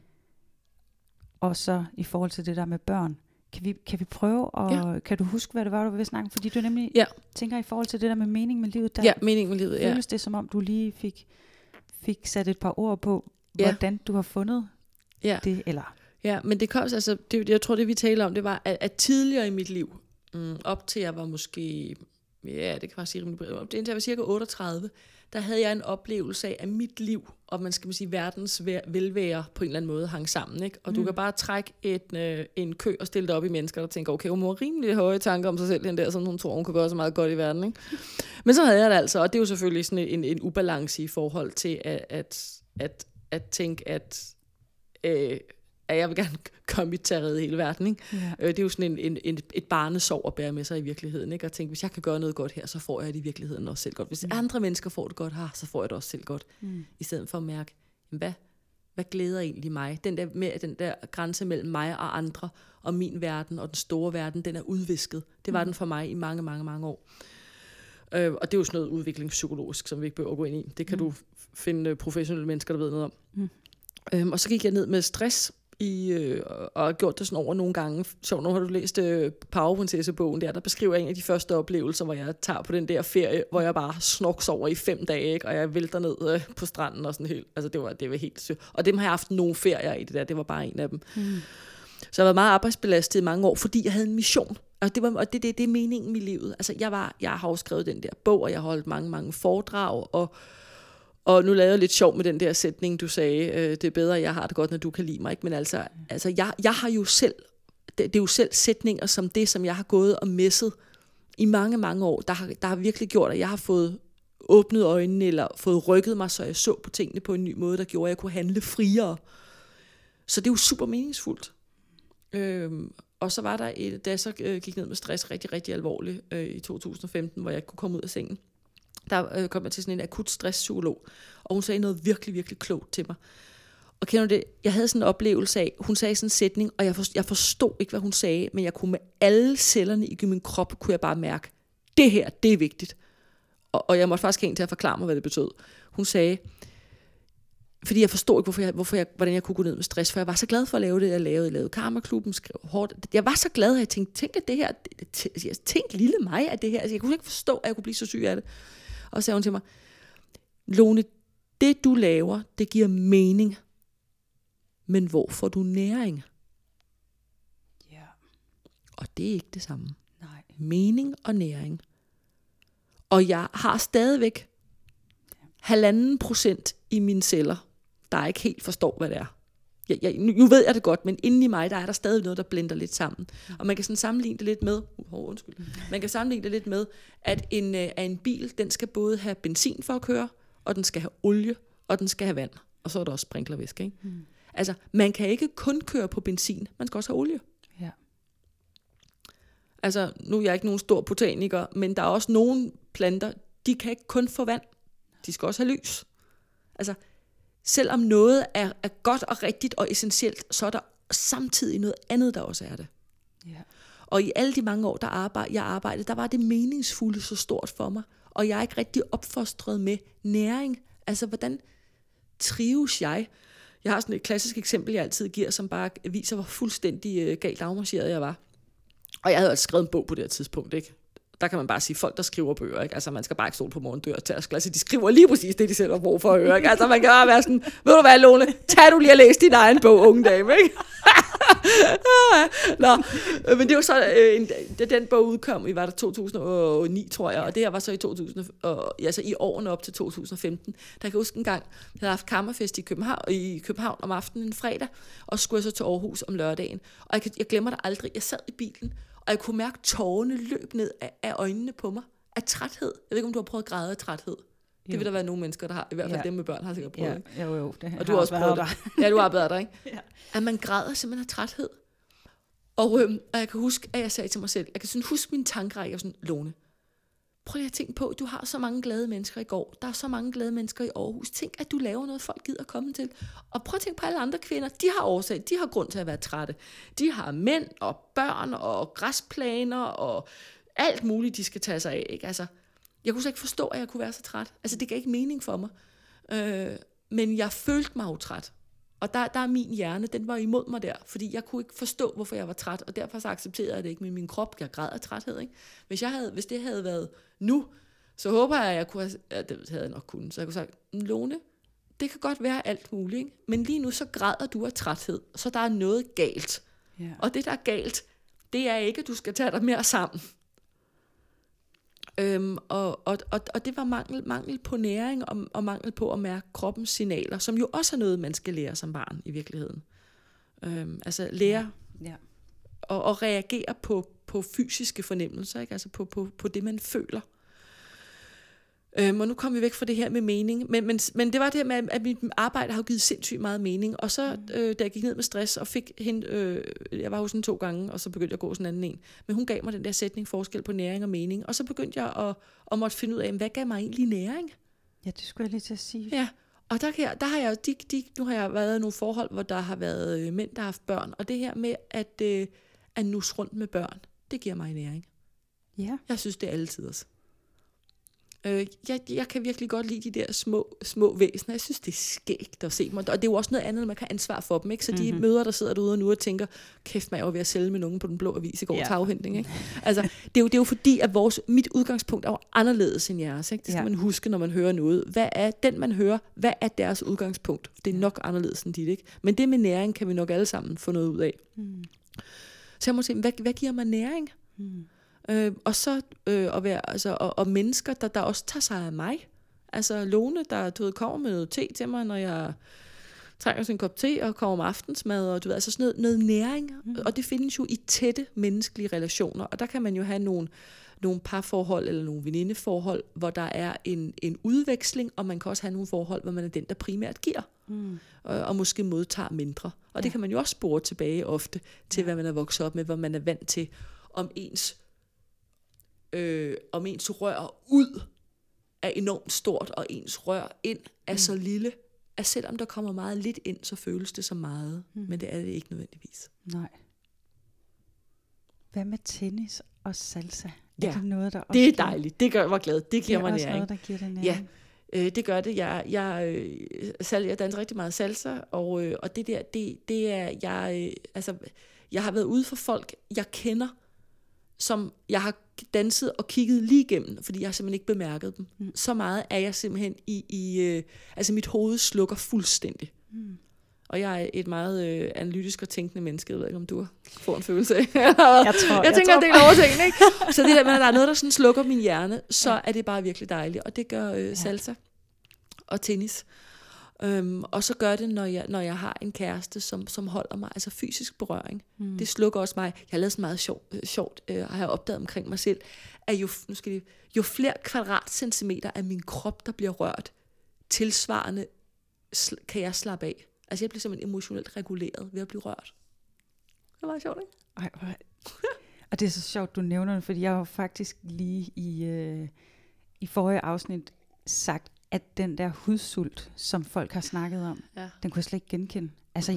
Og så i forhold til det der med børn. Kan vi prøve, og kan du huske, hvad det var, du ville snakke? Fordi du nemlig tænker i forhold til det der med mening med livet. Der mening med livet, føles det, som om du lige fik sat et par ord på, hvordan du har fundet det, eller? Ja, men det kom altså, jeg tror det vi taler om, det var, at tidligere i mit liv, op til jeg var måske, det kan jeg sige rimelig, indtil jeg var cirka 38, der havde jeg en oplevelse af, at mit liv, og man skal sige verdens velvære på en eller anden måde hang sammen, ikke? Og du kan bare trække en kø og stille dig op i mennesker, der tænker, okay, hun må rimelig høje tanker om sig selv, den der, sådan hun tror, hun kan gøre så meget godt i verden, ikke? Men så havde jeg det altså, og det er jo selvfølgelig sådan en ubalance i forhold til at tænke, at jeg vil gerne komme til at redde hele verden, ikke? Ja. Det er jo sådan et barnesorg at bære med sig i virkeligheden, ikke? Og tænke, hvis jeg kan gøre noget godt her, så får jeg det i virkeligheden også selv godt. Hvis andre mennesker får det godt her, så får jeg det også selv godt. I stedet for at mærke, hvad glæder egentlig mig? Den der grænse mellem mig og andre, og min verden og den store verden, den er udvisket. Det var den for mig i mange, mange, mange år. Og det er jo sådan noget udviklingspsykologisk, som vi ikke behøver at gå ind i. Det kan du finde professionelle mennesker, der ved noget om. Og så gik jeg ned med stress, og har gjort det sådan over nogle gange. Så nu har du læst Powerprinsesse-bogen der beskriver en af de første oplevelser, hvor jeg tager på den der ferie, hvor jeg bare snorks over i 5 dage, ikke? Og jeg vælter ned på stranden og sådan helt. Altså det var helt sygt. Og dem har jeg haft nogle ferier i det var bare en af dem. Så jeg var meget arbejdsbelastet i mange år, fordi jeg havde en mission. Og det er meningen i livet. Altså jeg har også skrevet den der bog, og jeg har holdt mange, mange foredrag, og nu lavede jeg lidt sjov med den der sætning, du sagde, det er bedre, jeg har det godt, når du kan lide mig. Ikke? Men altså jeg har jo selv, det er jo selv sætninger som det, som jeg har gået og messet i mange, mange år, der har virkelig gjort, at jeg har fået åbnet øjnene, eller fået rykket mig, så jeg så på tingene på en ny måde, der gjorde, at jeg kunne handle friere. Så det er jo super meningsfuldt. Og så var der, da jeg så gik ned med stress rigtig, rigtig alvorligt i 2015, hvor jeg ikke kunne komme ud af sengen, der kom jeg til sådan en akut stresspsykolog, og hun sagde noget virkelig, virkelig klogt til mig. Og kender du det? Jeg havde sådan en oplevelse af, hun sagde sådan en sætning, og jeg forstod ikke, hvad hun sagde, men jeg kunne med alle cellerne i min krop, kunne jeg bare mærke, det her, det er vigtigt. Og jeg måtte faktisk have en til at forklare mig, hvad det betød. Hun sagde, fordi jeg forstod ikke, hvordan jeg kunne gå ned med stress, for jeg var så glad for at lave det, jeg lavede Karma-klubben, skrev hårdt. Jeg var så glad, at jeg tænkte at det her, tænkte lille mig, at det her, altså jeg kunne ikke forstå, at jeg kunne blive så syg af det. Og så sagde hun til mig, Lone, det du laver, det giver mening. men hvor får du næring? Ja. Og det er ikke det samme. Nej. Mening og næring. Og jeg har stadigvæk 1,5% i mine celler, der ikke helt forstår, hvad det er. Nu ved jeg det godt, men inde i mig, der er der stadig noget, der blender lidt sammen. Og man kan sådan sammenligne det lidt med, man kan sammenligne det lidt med, at en bil, den skal både have benzin for at køre, og den skal have olie, og den skal have vand. Og så er der også sprinklervæske, ikke? Altså, man kan ikke kun køre på benzin, man skal også have olie. Ja. Altså, nu er jeg ikke nogen stor botaniker, men der er også nogle planter, de kan ikke kun få vand. De skal også have lys. Altså, selvom noget er godt og rigtigt og essentielt, så er der samtidig noget andet, der også er det. Ja. Og i alle de mange år, jeg arbejdede, der var det meningsfulde så stort for mig. Og jeg er ikke rigtig opfostret med næring. Altså, hvordan trives jeg? Jeg har sådan et klassisk eksempel, jeg altid giver, som bare viser, hvor fuldstændig galt afmarcheret jeg var. Og jeg havde altså skrevet en bog på det her tidspunkt, ikke? Der kan man bare sige, folk der skriver bøger, ikke? Altså man skal bare ikke stole på morgendør til at altså, de skriver lige præcis det, de selv har brug for at høre, ikke? Altså man kan bare være sådan, ved du hvad, Lone, tag du lige og læs din egen bog, unge dame, ikke? Nå, men det var så, da den bog udkom, var der 2009, tror jeg, og det her var så i årene op til 2015. Der kan jeg huske en gang, jeg havde haft kammerfest i København om aftenen en fredag, og skulle jeg så til Aarhus om lørdagen. Og jeg glemmer det aldrig, jeg sad i bilen, og jeg kunne mærke tårerne løb ned af øjnene på mig, af træthed. Jeg ved ikke, om du har prøvet at græde af træthed. Det vil der være nogle mennesker, der har, i hvert fald dem med børn, har sikkert prøvet. Ja, jo, det og du har også prøvet det. Ja, du har været der, ikke? Ja. At man græder simpelthen af træthed. Og jeg kan huske, at jeg sagde til mig selv, jeg kan sådan huske mine tankerækker, og sådan, Lone, prøv lige at tænke på, du har så mange glade mennesker i går, der er så mange glade mennesker i Aarhus, tænk, at du laver noget, folk gider komme til. Og prøv at tænke på alle andre kvinder, de har årsag, de har grund til at være trætte. De har mænd og børn og græsplaner og alt muligt, de skal tage sig af, ikke? Altså, jeg kunne så ikke forstå, at jeg kunne være så træt. Altså, det gav ikke mening for mig. Men jeg følte mig jo træt. Og der er min hjerne, den var imod mig der, fordi jeg kunne ikke forstå, hvorfor jeg var træt, og derfor så accepterede jeg det ikke med min krop. Jeg græd af træthed, ikke? Hvis det havde været nu, så håber jeg, at jeg kunne have, det havde jeg nok kunnet, så jeg kunne sige, Lone, det kan godt være alt muligt, ikke? Men lige nu så græder du af træthed, så der er noget galt. Yeah. Og det, der er galt, det er ikke, at du skal tage dig mere sammen. Og det var mangel på næring og mangel på at mærke kroppens signaler, som jo også er noget, man skal lære som barn i virkeligheden. Altså lære og reagere på fysiske fornemmelser, ikke? Altså på det, man føler. Og nu kom vi væk fra det her med mening, men det var det her med, at mit arbejde har givet sindssygt meget mening, og så da jeg gik ned med stress og fik hende, jeg var hos hende 2 gange, og så begyndte jeg at gå sådan en anden en, men hun gav mig den der sætning, forskel på næring og mening, og så begyndte jeg at måtte finde ud af, hvad gav mig egentlig næring? Ja, det skulle jeg lige til at sige. Ja, og der har jeg nu har jeg været i nogle forhold, hvor der har været mænd, der har haft børn, og det her med at nusse rundt med børn, det giver mig næring. Ja. Jeg synes, det er altid også. Jeg kan virkelig godt lide de der små væsener. Jeg synes, det er skægt at se mig. Og det er jo også noget andet, når man kan have ansvar for dem. Ikke? Så de møder, der sidder derude nu og tænker, kæft mig, jeg var ved at sælge med nogen på Den Blå Avis i går til afhentning. Ikke? Altså, det er jo fordi, at mit udgangspunkt er jo anderledes end jeres. Ikke? Det skal man huske, når man hører noget. Hvad er den, man hører? Hvad er deres udgangspunkt? Det er nok anderledes end dit. Ikke? Men det med næring kan vi nok alle sammen få noget ud af. Så jeg må sige, hvad giver mig næring? Og så at være, altså, og mennesker, der også tager sig af mig. Altså Lone, der kommer med noget te til mig, når jeg trænger sådan en kop te og kommer med aftensmad, og du ved, altså sådan noget næring. Og det findes jo i tætte menneskelige relationer, og der kan man jo have nogle parforhold eller nogle venindeforhold, hvor der er en udveksling, og man kan også have nogle forhold, hvor man er den, der primært giver, og måske modtager mindre. Og det kan man jo også spore tilbage ofte til, hvad man er vokset op med, hvor man er vant til, om ens rør ud er enormt stort, og ens rør ind er så lille, at selvom der kommer meget lidt ind, så føles det så meget, men det er det ikke nødvendigvis. Nej. Hvad med tennis og salsa? Ja, er det noget, der også det er dejligt. Det gør mig glad. Det giver mig næring. Det er også noget, der giver dig næring. Ja, det gør det. Jeg danser rigtig meget salsa, og det der, det er, jeg har været ude for folk, jeg kender, som jeg har danset og kigget lige igennem, fordi jeg har simpelthen ikke bemærket dem. Så meget er jeg simpelthen altså mit hoved slukker fuldstændig. Og jeg er et meget analytisk og tænkende menneske. Jeg ved ikke, om du får en følelse af. jeg tænker en del over tingene, ikke? Så det der med, at der er noget, der sådan slukker min hjerne, så er det bare virkelig dejligt. Og det gør salsa og tennis. Og så gør det, når jeg har en kæreste, som holder mig, altså fysisk berøring. Det slukker også mig. Jeg har lavet sådan meget sjovt har jeg opdaget omkring mig selv, at jo flere kvadratcentimeter af min krop, der bliver rørt, tilsvarende kan jeg slappe af. Altså jeg bliver simpelthen emotionelt reguleret ved at blive rørt. Det er meget sjovt, ikke? Ej, og det er så sjovt, du nævner det, fordi jeg har faktisk lige i forrige afsnit sagt, at den der hudsult, som folk har snakket om, den kunne jeg slet ikke genkende. Altså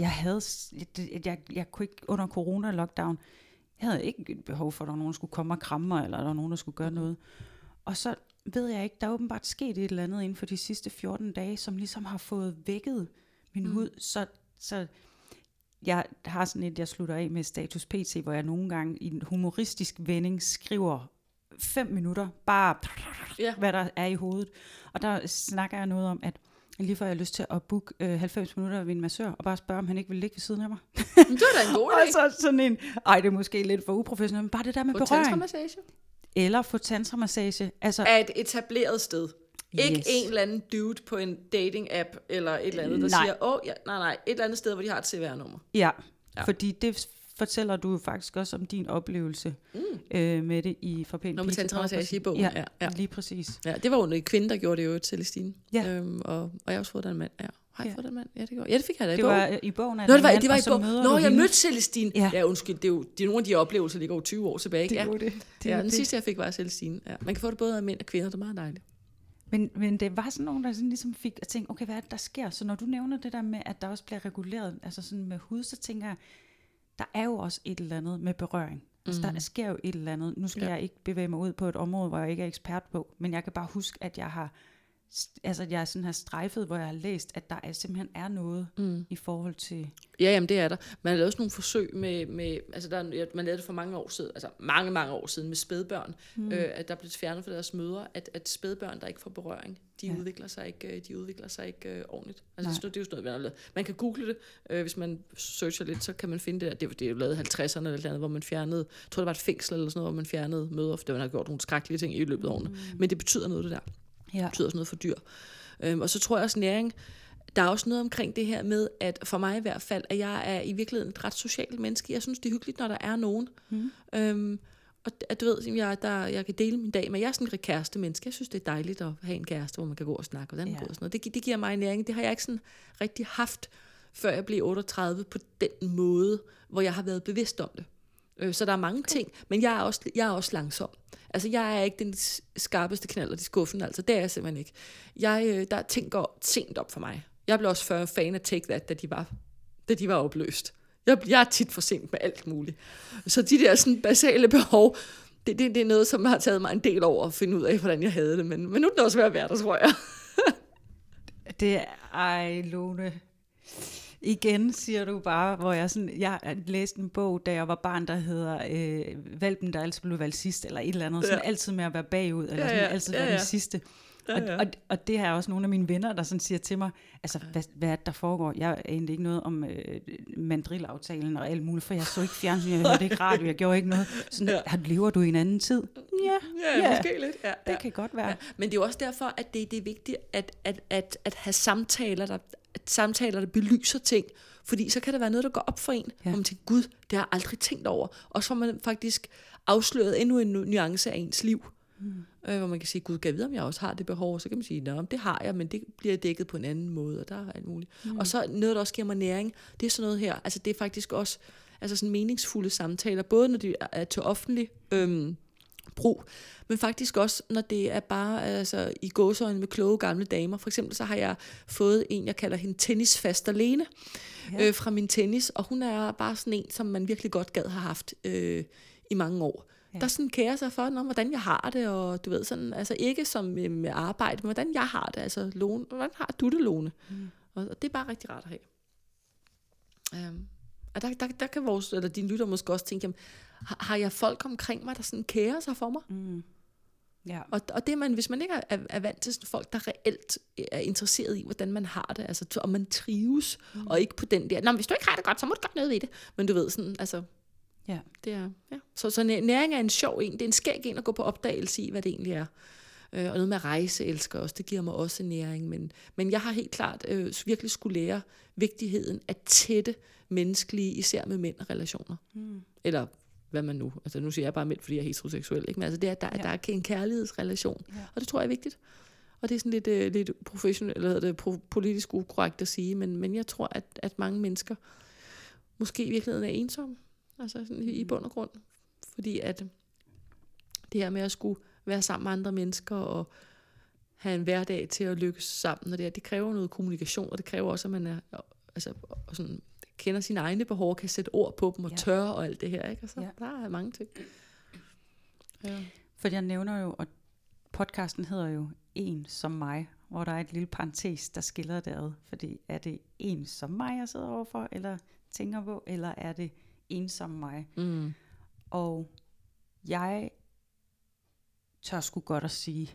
jeg kunne ikke under corona-lockdown, jeg havde ikke et behov for, at der var nogen, der skulle komme og kramme mig, eller der var nogen, der skulle gøre noget. Og så ved jeg ikke, der er åbenbart sket et eller andet inden for de sidste 14 dage, som ligesom har fået vækket min hud. Så jeg har sådan et, jeg slutter af med status PT, hvor jeg nogle gange i en humoristisk vending skriver 5 minutter, bare hvad der er i hovedet. Og der snakker jeg noget om, at lige før jeg har lyst til at booke 90 minutter ved en massør, og bare spørge, om han ikke vil ligge ved siden af mig. Det er da en god idé. Og så sådan en, det er måske lidt for uprofessionelt, men bare det der med berøring. Tantramassage? Eller få tantramassage. Altså, af et etableret sted. Ikke en eller anden dude på en dating-app, eller et eller andet, der siger, nej, et eller andet sted, hvor de har et CVR-nummer. Ja, fordi det fortæller du jo faktisk også om din oplevelse med det i Forpænt. Når man tantramassage i bogen. Ja, lige præcis. Ja, det var jo en kvinde, der gjorde det jo til Celestine. Ja. Og jeg har også fået den mand. Ja. Har jeg fået den mand? Ja, det gjorde. Ja, det fik jeg da i bogen. Det var i bogen. Nå, det var i bogen. Nå, jeg mødte Celestine. Ja, undskyld, det er nogle af de oplevelser, der går 20 år tilbage. Ikke? Den sidste, jeg fik, var Celestine. Ja. Man kan få det både af mænd og kvinder, det er meget dejligt. Men det var sådan nogen, der sådan ligesom fik at tænke, okay, hvad er det, der sker? Så når du nævner det der med, at der også bliver reguleret, altså sådan med hud, så tænker jeg, der er jo også et eller andet med berøring. Altså der sker jo et eller andet. Nu skal jeg ikke bevæge mig ud på et område, hvor jeg ikke er ekspert på, men jeg kan bare huske, at jeg sådan har strejfet, hvor jeg har læst, at der simpelthen er noget i forhold til... Ja, jamen det er der. Man har lavet sådan nogle forsøg med man lavede det for mange år siden, altså mange år siden med spædbørn, at der blev fjernet fra deres mødre, at spædbørn, der ikke får berøring, de udvikler sig ikke ordentligt. Altså det er jo sådan noget, man kan google det, hvis man searcher lidt, så kan man finde det der. Det er jo lavet i 50'erne eller andet, hvor man fjernede, jeg tror det var et fængsel eller sådan noget, hvor man fjernede mødre, for man har gjort nogle skrækkelige ting i løbet af årene. Men det betyder noget, det der. Det betyder også noget for dyr. Og så tror jeg også næring, der er også noget omkring det her med, at for mig i hvert fald, at jeg er i virkeligheden et ret socialt menneske. Jeg synes, det er hyggeligt, når der er nogen. Og at du ved, jeg kan dele min dag med. Jeg er sådan et kæreste menneske. Jeg synes, det er dejligt at have en kæreste, hvor man kan gå og snakke, hvordan det går og sådan noget. Det giver mig næring. Det har jeg ikke sådan rigtig haft, før jeg blev 38 på den måde, hvor jeg har været bevidst om det. Så der er mange ting, men jeg er også langsom. Altså, jeg er ikke den skarpeste knaller i skuffen, altså. Det er jeg simpelthen ikke. Der ting går sent op for mig. Jeg blev også fan af Take That, da de var opløst. Jeg er tit for sent med alt muligt. Så de der sådan basale behov, det er noget, som har taget mig en del over at finde ud af, hvordan jeg havde det. Men nu er det også ved at være der, tror jeg. Det er Lone. Igen siger du bare, hvor jeg læste en bog, da jeg var barn, der hedder Hvalpen, der altid blev valgt sidst, eller et eller andet, sådan altid med at være bagud, eller sådan altid være den sidste. Og det har også nogle af mine venner, der sådan siger til mig, altså hvad er det, der foregår? Jeg egentlig ikke noget om mandrilaftalen og alt muligt, for jeg så ikke fjernsyn, jeg hørte ikke radio, jeg gjorde ikke noget. Sådan, lever du i en anden tid? Ja, måske lidt. Ja, det kan godt være. Ja. Men det er jo også derfor, at det er vigtigt at have samtaler, der belyser ting, fordi så kan der være noget, der går op for en, hvor man tænker, gud, det har jeg aldrig tænkt over. Og så får man faktisk afsløret endnu en nuance af ens liv. Hvor man kan sige, gud, kan jeg vide, om jeg også har det behov, og så kan man sige, det har jeg, men det bliver dækket på en anden måde, og der er alt muligt. Og så noget, der også giver mig næring, det er sådan noget her, altså det er faktisk også sådan meningsfulde samtaler, både når de er til offentlig brug, men faktisk også, når det er bare i gåseøjne med kloge gamle damer. For eksempel så har jeg fået en, jeg kalder hende tennisfaster Lene, fra min tennis, og hun er bare sådan en, som man virkelig godt gad have haft i mange år. Der sådan kærer sig for, hvordan jeg har det, og du ved sådan, altså ikke som med arbejde, men hvordan jeg har det, altså Lone, hvordan har du det, Lone? Og det er bare rigtig rart at have. Og der kan dine lytter måske også tænke, jamen, har jeg folk omkring mig, der sådan kærer sig for mig? Ja. Og det man, hvis man ikke er vant til sådan folk, der reelt er interesseret i, hvordan man har det, altså om man trives, og ikke på den der, hvis du ikke har det godt, så må du gøre noget ved det. Men du ved sådan, altså, det er, Så næring er en sjov en, det er en skæg en at gå på opdagelse i, hvad det egentlig er. Og noget med rejse elsker også, det giver mig også næring, men jeg har helt klart virkelig skulle lære vigtigheden af tætte menneskelige, især med mænd relationer. Eller hvad man nu, altså nu siger jeg bare mænd, fordi jeg er heteroseksuel, ikke? Men altså det er, der er en kærlighedsrelation, og det tror jeg er vigtigt. Og det er sådan lidt professionelt, eller hedder det politisk ukorrekt at sige, men jeg tror, at mange mennesker måske i virkeligheden er ensomme, altså sådan i bund og grund, fordi at det her med at skulle være sammen med andre mennesker og have en hverdag til at lykkes sammen, og det kræver noget kommunikation, og det kræver også, at man er, altså, sådan, kender sine egne behov, kan sætte ord på dem og tørre og alt det her, ikke? Altså, der er mange ting. Ja. For jeg nævner jo, og podcasten hedder jo En som mig, hvor der er et lille parentes, der skiller det ad. Fordi er det en som mig, jeg sidder overfor, eller tænker på, eller er det en som mig? Og jeg tør sgu godt at sige,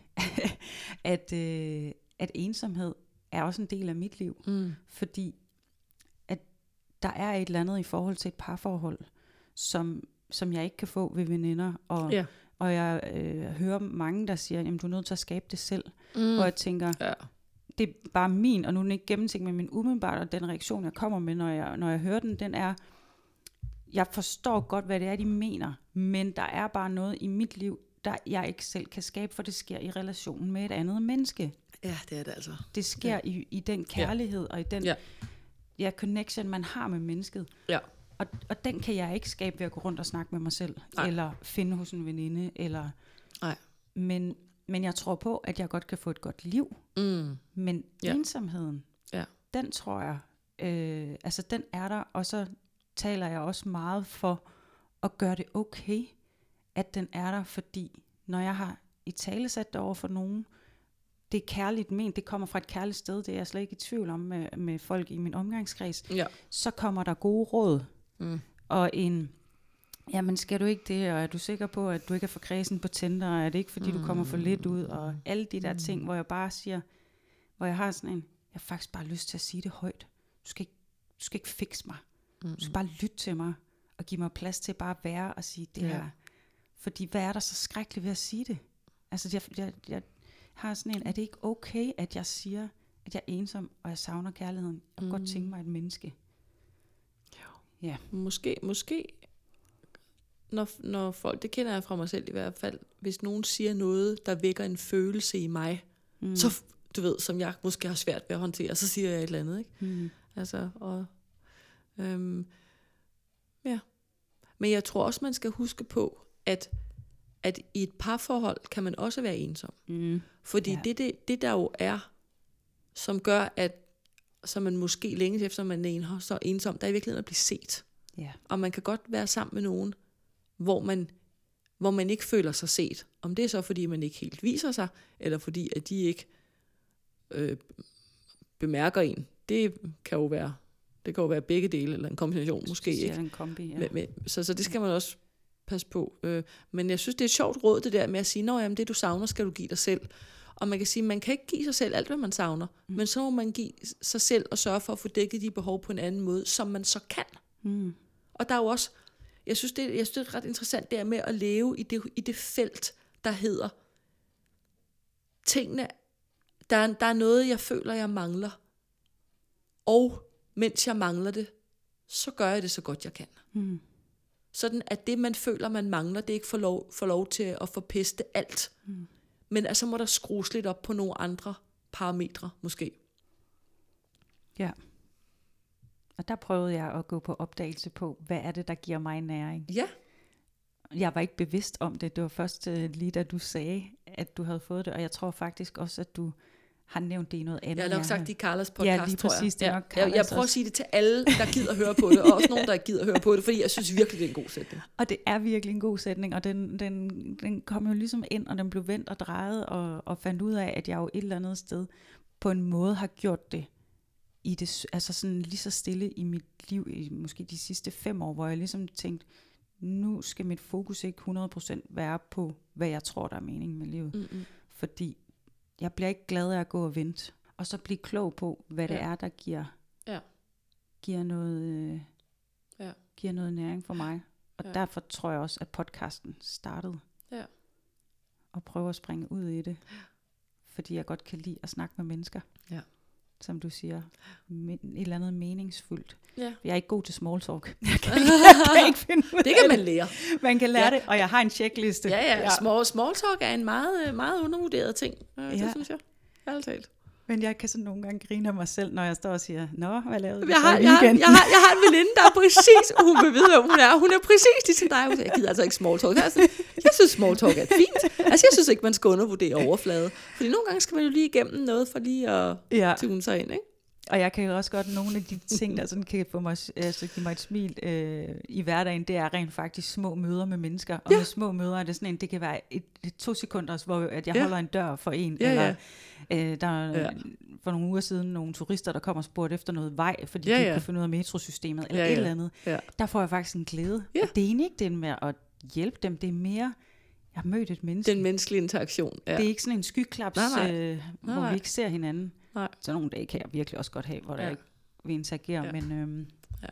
at ensomhed er også en del af mit liv. Fordi at der er et eller andet i forhold til et parforhold, som jeg ikke kan få ved veninder. Og jeg hører mange, der siger, jamen du er nødt til at skabe det selv. Og jeg tænker, det er bare min, og nu er den ikke gennemtænkt med min umiddelbart, og den reaktion, jeg kommer med, når jeg hører den er, jeg forstår godt, hvad det er, de mener, men der er bare noget i mit liv, der jeg ikke selv kan skabe, for det sker i relationen med et andet menneske. Ja, det er det altså. Det sker i den kærlighed, og i den connection, man har med mennesket. Ja. Og den kan jeg ikke skabe ved at gå rundt og snakke med mig selv, eller finde hos en veninde, eller... Nej. Men jeg tror på, at jeg godt kan få et godt liv. Men ensomheden, den tror jeg, altså den er der, og så taler jeg også meget for at gøre det okay, at den er der, fordi når jeg har italesat det over for nogen, det er kærligt ment, det kommer fra et kærligt sted, det er jeg slet ikke i tvivl om med folk i min omgangskreds, så kommer der gode råd, og jamen skal du ikke det, og er du sikker på, at du ikke er for kredsen på Tinder, og er det ikke fordi du kommer for lidt ud, og alle de der ting, hvor jeg bare siger, hvor jeg har sådan en, jeg har faktisk bare lyst til at sige det højt, du skal ikke fikse mig, du skal bare lytte til mig, og give mig plads til bare at være og sige det her, fordi hvad er der så skrækkeligt ved at sige det? Altså jeg har sådan en, er det ikke okay, at jeg siger, at jeg er ensom, og jeg savner kærligheden, og godt tænke mig et menneske? Ja. Måske når folk, det kender jeg fra mig selv i hvert fald, hvis nogen siger noget, der vækker en følelse i mig, så du ved, som jeg måske har svært ved at håndtere, så siger jeg et eller andet, ikke? Altså, og men jeg tror også, man skal huske på, at i et parforhold kan man også være ensom. Fordi det der jo er, som gør, at så man måske længes efter, man er så ensom, der er i virkeligheden at blive set. Og man kan godt være sammen med nogen, hvor man ikke føler sig set. Om det er så, fordi man ikke helt viser sig, eller fordi at de ikke bemærker en. Det kan jo være begge dele, eller en kombination måske. Ikke? En kombi, så det skal man også passe på. Men jeg synes, det er et sjovt råd, det der med at sige, jamen det du savner, skal du give dig selv. Og man kan sige, man kan ikke give sig selv alt, hvad man savner, men så må man give sig selv og sørge for at få dækket de behov på en anden måde, som man så kan. Og der er jo også, jeg synes, det er ret interessant, det er med at leve i det felt, der hedder tingene, der er noget, jeg føler, jeg mangler. Og mens jeg mangler det, så gør jeg det så godt, jeg kan. Sådan at det, man føler, man mangler, det ikke får lov til at forpeste alt. Men altså må der skrues lidt op på nogle andre parametre, måske. Ja. Og der prøvede jeg at gå på opdagelse på, hvad er det, der giver mig næring? Ja. Jeg var ikke bevidst om det. Det var først lige da du sagde, at du havde fået det. Og jeg tror faktisk også, at du har nævnt det i noget andet. Jeg har nok sagt det i Carlas podcast, ja, lige præcis, tror jeg. Det er nok jeg prøver at sige det til alle, der gider høre på det, og også nogen, der ikke gider høre på det, fordi jeg synes virkelig, det er en god sætning. Og det er virkelig en god sætning, og den kom jo ligesom ind, og den blev vendt og drejet, og fandt ud af, at jeg jo et eller andet sted på en måde har gjort det, i det, altså sådan lige så stille i mit liv, i måske de sidste 5 år, hvor jeg ligesom tænkte, nu skal mit fokus ikke 100% være på, hvad jeg tror, der er meningen med livet. Mm-hmm. Fordi jeg bliver ikke glad af at gå og vente. Og så blive klog på, hvad det er, der giver noget næring for mig. Og derfor tror jeg også, at podcasten startede. Ja. Og prøve at springe ud i det. Fordi jeg godt kan lide at snakke med mennesker. Ja. Som du siger, et eller andet meningsfuldt. Ja. Jeg er ikke god til small talk. Jeg kan ikke finde ud af det. Kan man lære. Man kan lære det, og jeg har en checkliste. Ja. Small talk er en meget, meget undervurderet ting. Det synes jeg. Altid. Men jeg kan sådan nogle gange grine af mig selv, når jeg står og siger, nå, hvad lavede du jeg har en veninde, der er præcis, og hun vil vide, hvem hun er. Hun er præcis ligesom dig. Jeg gider altså ikke small talk. Jeg synes, small talk er fint. Altså, jeg synes ikke, man skal undervurdere overflade. Fordi nogle gange skal man jo lige igennem noget, for lige at tune sig ind, ikke? Og jeg kan jo også godt, nogle af de ting, der sådan kan få mig, altså give mig et smil i hverdagen, det er rent faktisk små møder med mennesker. Og med små møder er det sådan en, det kan være et 2 sekunder, hvor at jeg holder en dør for en, eller der er for nogle uger siden nogle turister, der kommer og spurgte efter noget vej, fordi de ikke kan finde ud af metrosystemet, eller et eller andet. Ja. Der får jeg faktisk en glæde. Ja. Og det er ikke det med at hjælpe dem, det er mere, jeg har mødt et menneske. Den menneskelige interaktion. Ja. Det er ikke sådan en skyklaps, hvor vi ikke ser hinanden. Nej. Så nogle dage kan jeg virkelig også godt have, hvor der ikke vil interagere. Men,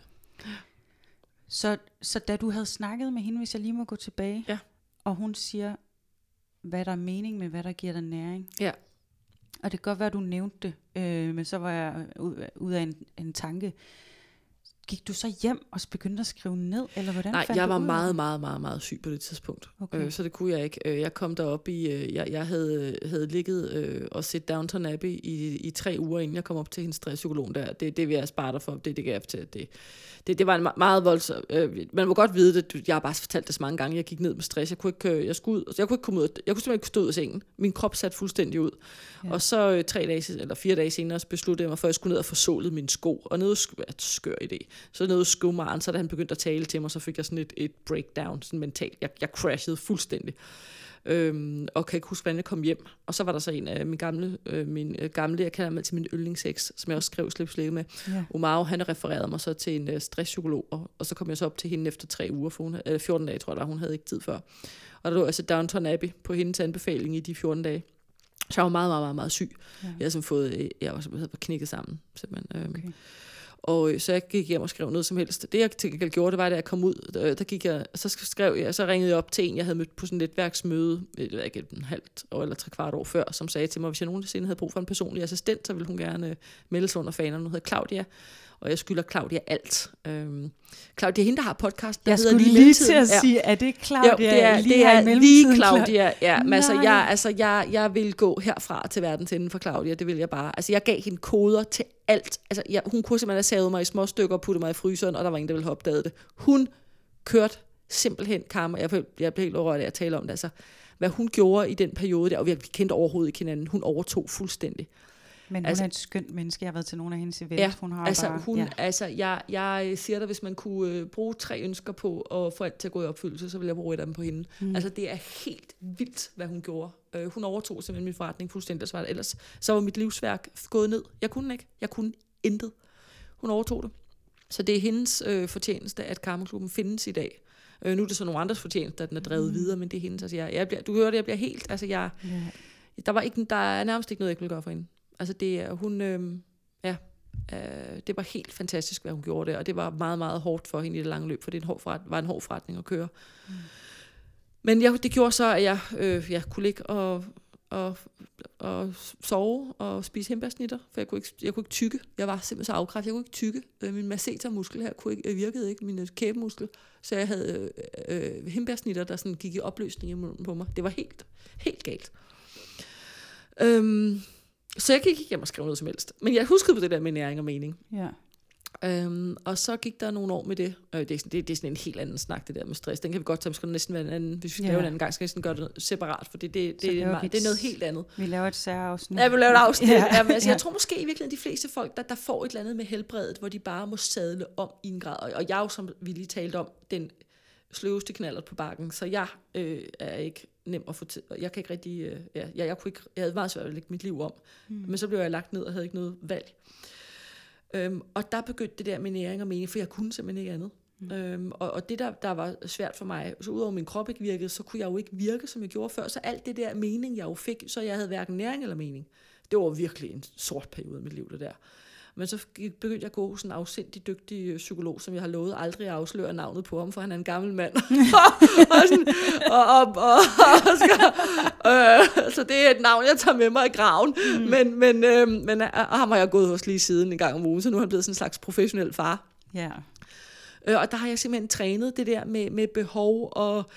så da du havde snakket med hende, hvis jeg lige må gå tilbage, og hun siger, hvad der er mening med, hvad der giver dig næring. Ja. Og det kan godt være, du nævnte det, men så var jeg ud af en tanke. Gik du så hjem og begyndte at skrive ned, eller hvordan? Nej, jeg var meget, meget, meget, meget syg på det tidspunkt. Okay. Så det kunne jeg ikke. Jeg kom derop i, jeg havde ligget og set Downton Abbey i 3 uger, inden jeg kom op til hendes stresspsykolog der. Det vil jeg spare dig for, det gav jeg til. Det var en meget voldsom. Man må godt vide det. Jeg har bare fortalt det så mange gange. Jeg gik ned med stress. Jeg kunne ikke komme ud. Jeg kunne simpelthen ikke stå ud af sengen. Min krop satte fuldstændig ud. Ja. Og så 4 dage senere besluttede jeg mig for, at jeg skulle ned og få sålet mine sko. Og nede skør idé. Så nede hos skomaren, så da han begyndte at tale til mig, så fik jeg sådan et breakdown, sådan mentalt. Jeg crashede fuldstændig. Og kan ikke huske, hvordan jeg kom hjem. Og så var der så en af min gamle, jeg kalder mig til min yndlingsex, som jeg også skrev Slip med. Ja. Omar, han refererede mig så til en stresspsykolog, og så kom jeg så op til hende efter 3 uger, for 14 dage, tror jeg, hun havde ikke tid før. Og der lå altså Downton Abbey på hendes anbefaling i de 14 dage. Så jeg var meget, meget, meget, meget syg. Ja. Jeg var simpelthen knækket sammen. Simpelthen. Okay. Og så jeg gik hjem og skrev noget som helst. Det jeg gjorde, det var, da jeg kom ud, der gik jeg, så ringede jeg op til en, jeg havde mødt på sådan et netværksmøde, ikke et halvt år eller 3/4 år før, som sagde til mig, hvis jeg nogensinde havde brug for en personlig assistent, så ville hun gerne melde sig under fanerne. Hun hedder Claudia, og jeg skylder Claudia alt. Claudia, hende der har podcast, der jeg hedder lige til at sige, er det Claudia? Jo, det er lige Claudia. Ja, jeg vil gå herfra til verdens ende for Claudia, det vil jeg bare. Altså, jeg gav hende koder til alt. Altså, hun kunne simpelthen have savet mig i små stykker og puttet mig i fryseren, og der var ingen, der ville have opdaget det. Hun kørte simpelthen Karma. Jeg blev helt overrørt af at tale om det. Altså, hvad hun gjorde i den periode der, og vi kendte overhovedet ikke hinanden. Hun overtog fuldstændig. Men hun er et skønt menneske. Jeg har været til nogle af hendes events. Ja, hun har jeg siger dig, hvis man kunne bruge 3 ønsker på at få alt til at gå i opfyldelse, så ville jeg bruge et af dem på hende. Altså, det er helt vildt, hvad hun gjorde. Hun overtog simpelthen min forretning fuldstændig. Ellers så var mit livsværk gået ned. Jeg kunne ikke. Jeg kunne intet. Hun overtog det. Så det er hendes fortjeneste, at Karma-klubben findes i dag. Nu er det så nogle andres fortjeneste, at den er drevet videre, men det er hendes. Altså, du hører det, jeg bliver helt... Altså, der er nærmest ikke noget, jeg kunne gøre for hende. Altså det var helt fantastisk, hvad hun gjorde der, og det var meget, meget hårdt for hende i det lange løb, for det var en hård forretning at køre. Men det gjorde så, at jeg kunne ligge og sove og spise hindbærsnitter, for jeg kunne ikke tykke. Jeg var simpelthen så afkræftet, jeg kunne ikke tykke. Min massetermuskel her virkede ikke, min kæbemuskel, så jeg havde hindbærsnitter, der sådan gik i opløsning i munden på mig. Det var helt, helt galt. Så jeg gik ikke hjem og skrev noget som helst. Men jeg huskede på det der med næring og mening. Ja. Og så gik der nogle år med det. Det er sådan en helt anden snak, det der med stress. Den kan vi godt tage, det skal næsten være en anden. Hvis vi skal lave en anden gang, skal vi næsten gøre det separat, for det er noget helt andet. Vi laver et særafsnit. Ja, vi laver et afsnit. Jeg tror måske i virkeligheden, de fleste folk, der får et eller andet med helbredet, hvor de bare må sadle om i en grad. Og jeg er jo, som vi lige talte om, den sløveste knallert på bakken, så jeg er ikke nem at få til. Jeg kan ikke rigtig... jeg havde meget svært at lægge mit liv om. Men så blev jeg lagt ned og havde ikke noget valg. Og der begyndte det der med næring og mening, for jeg kunne simpelthen ikke andet. Og det, der var svært for mig, så udover min krop ikke virkede, så kunne jeg jo ikke virke, som jeg gjorde før. Så alt det der mening, jeg jo fik, så jeg havde hverken næring eller mening. Det var virkelig en sort periode i mit liv, det der. Men så begyndte jeg at gå hos en afsindig dygtig psykolog, som jeg har lovet aldrig at afsløre navnet på ham, for han er en gammel mand. Så det er et navn, jeg tager med mig i graven. Men ham har jeg gået hos lige siden en gang om ugen, så nu er han blevet sådan en slags professionel far. Ja. Og der har jeg simpelthen trænet det der med behov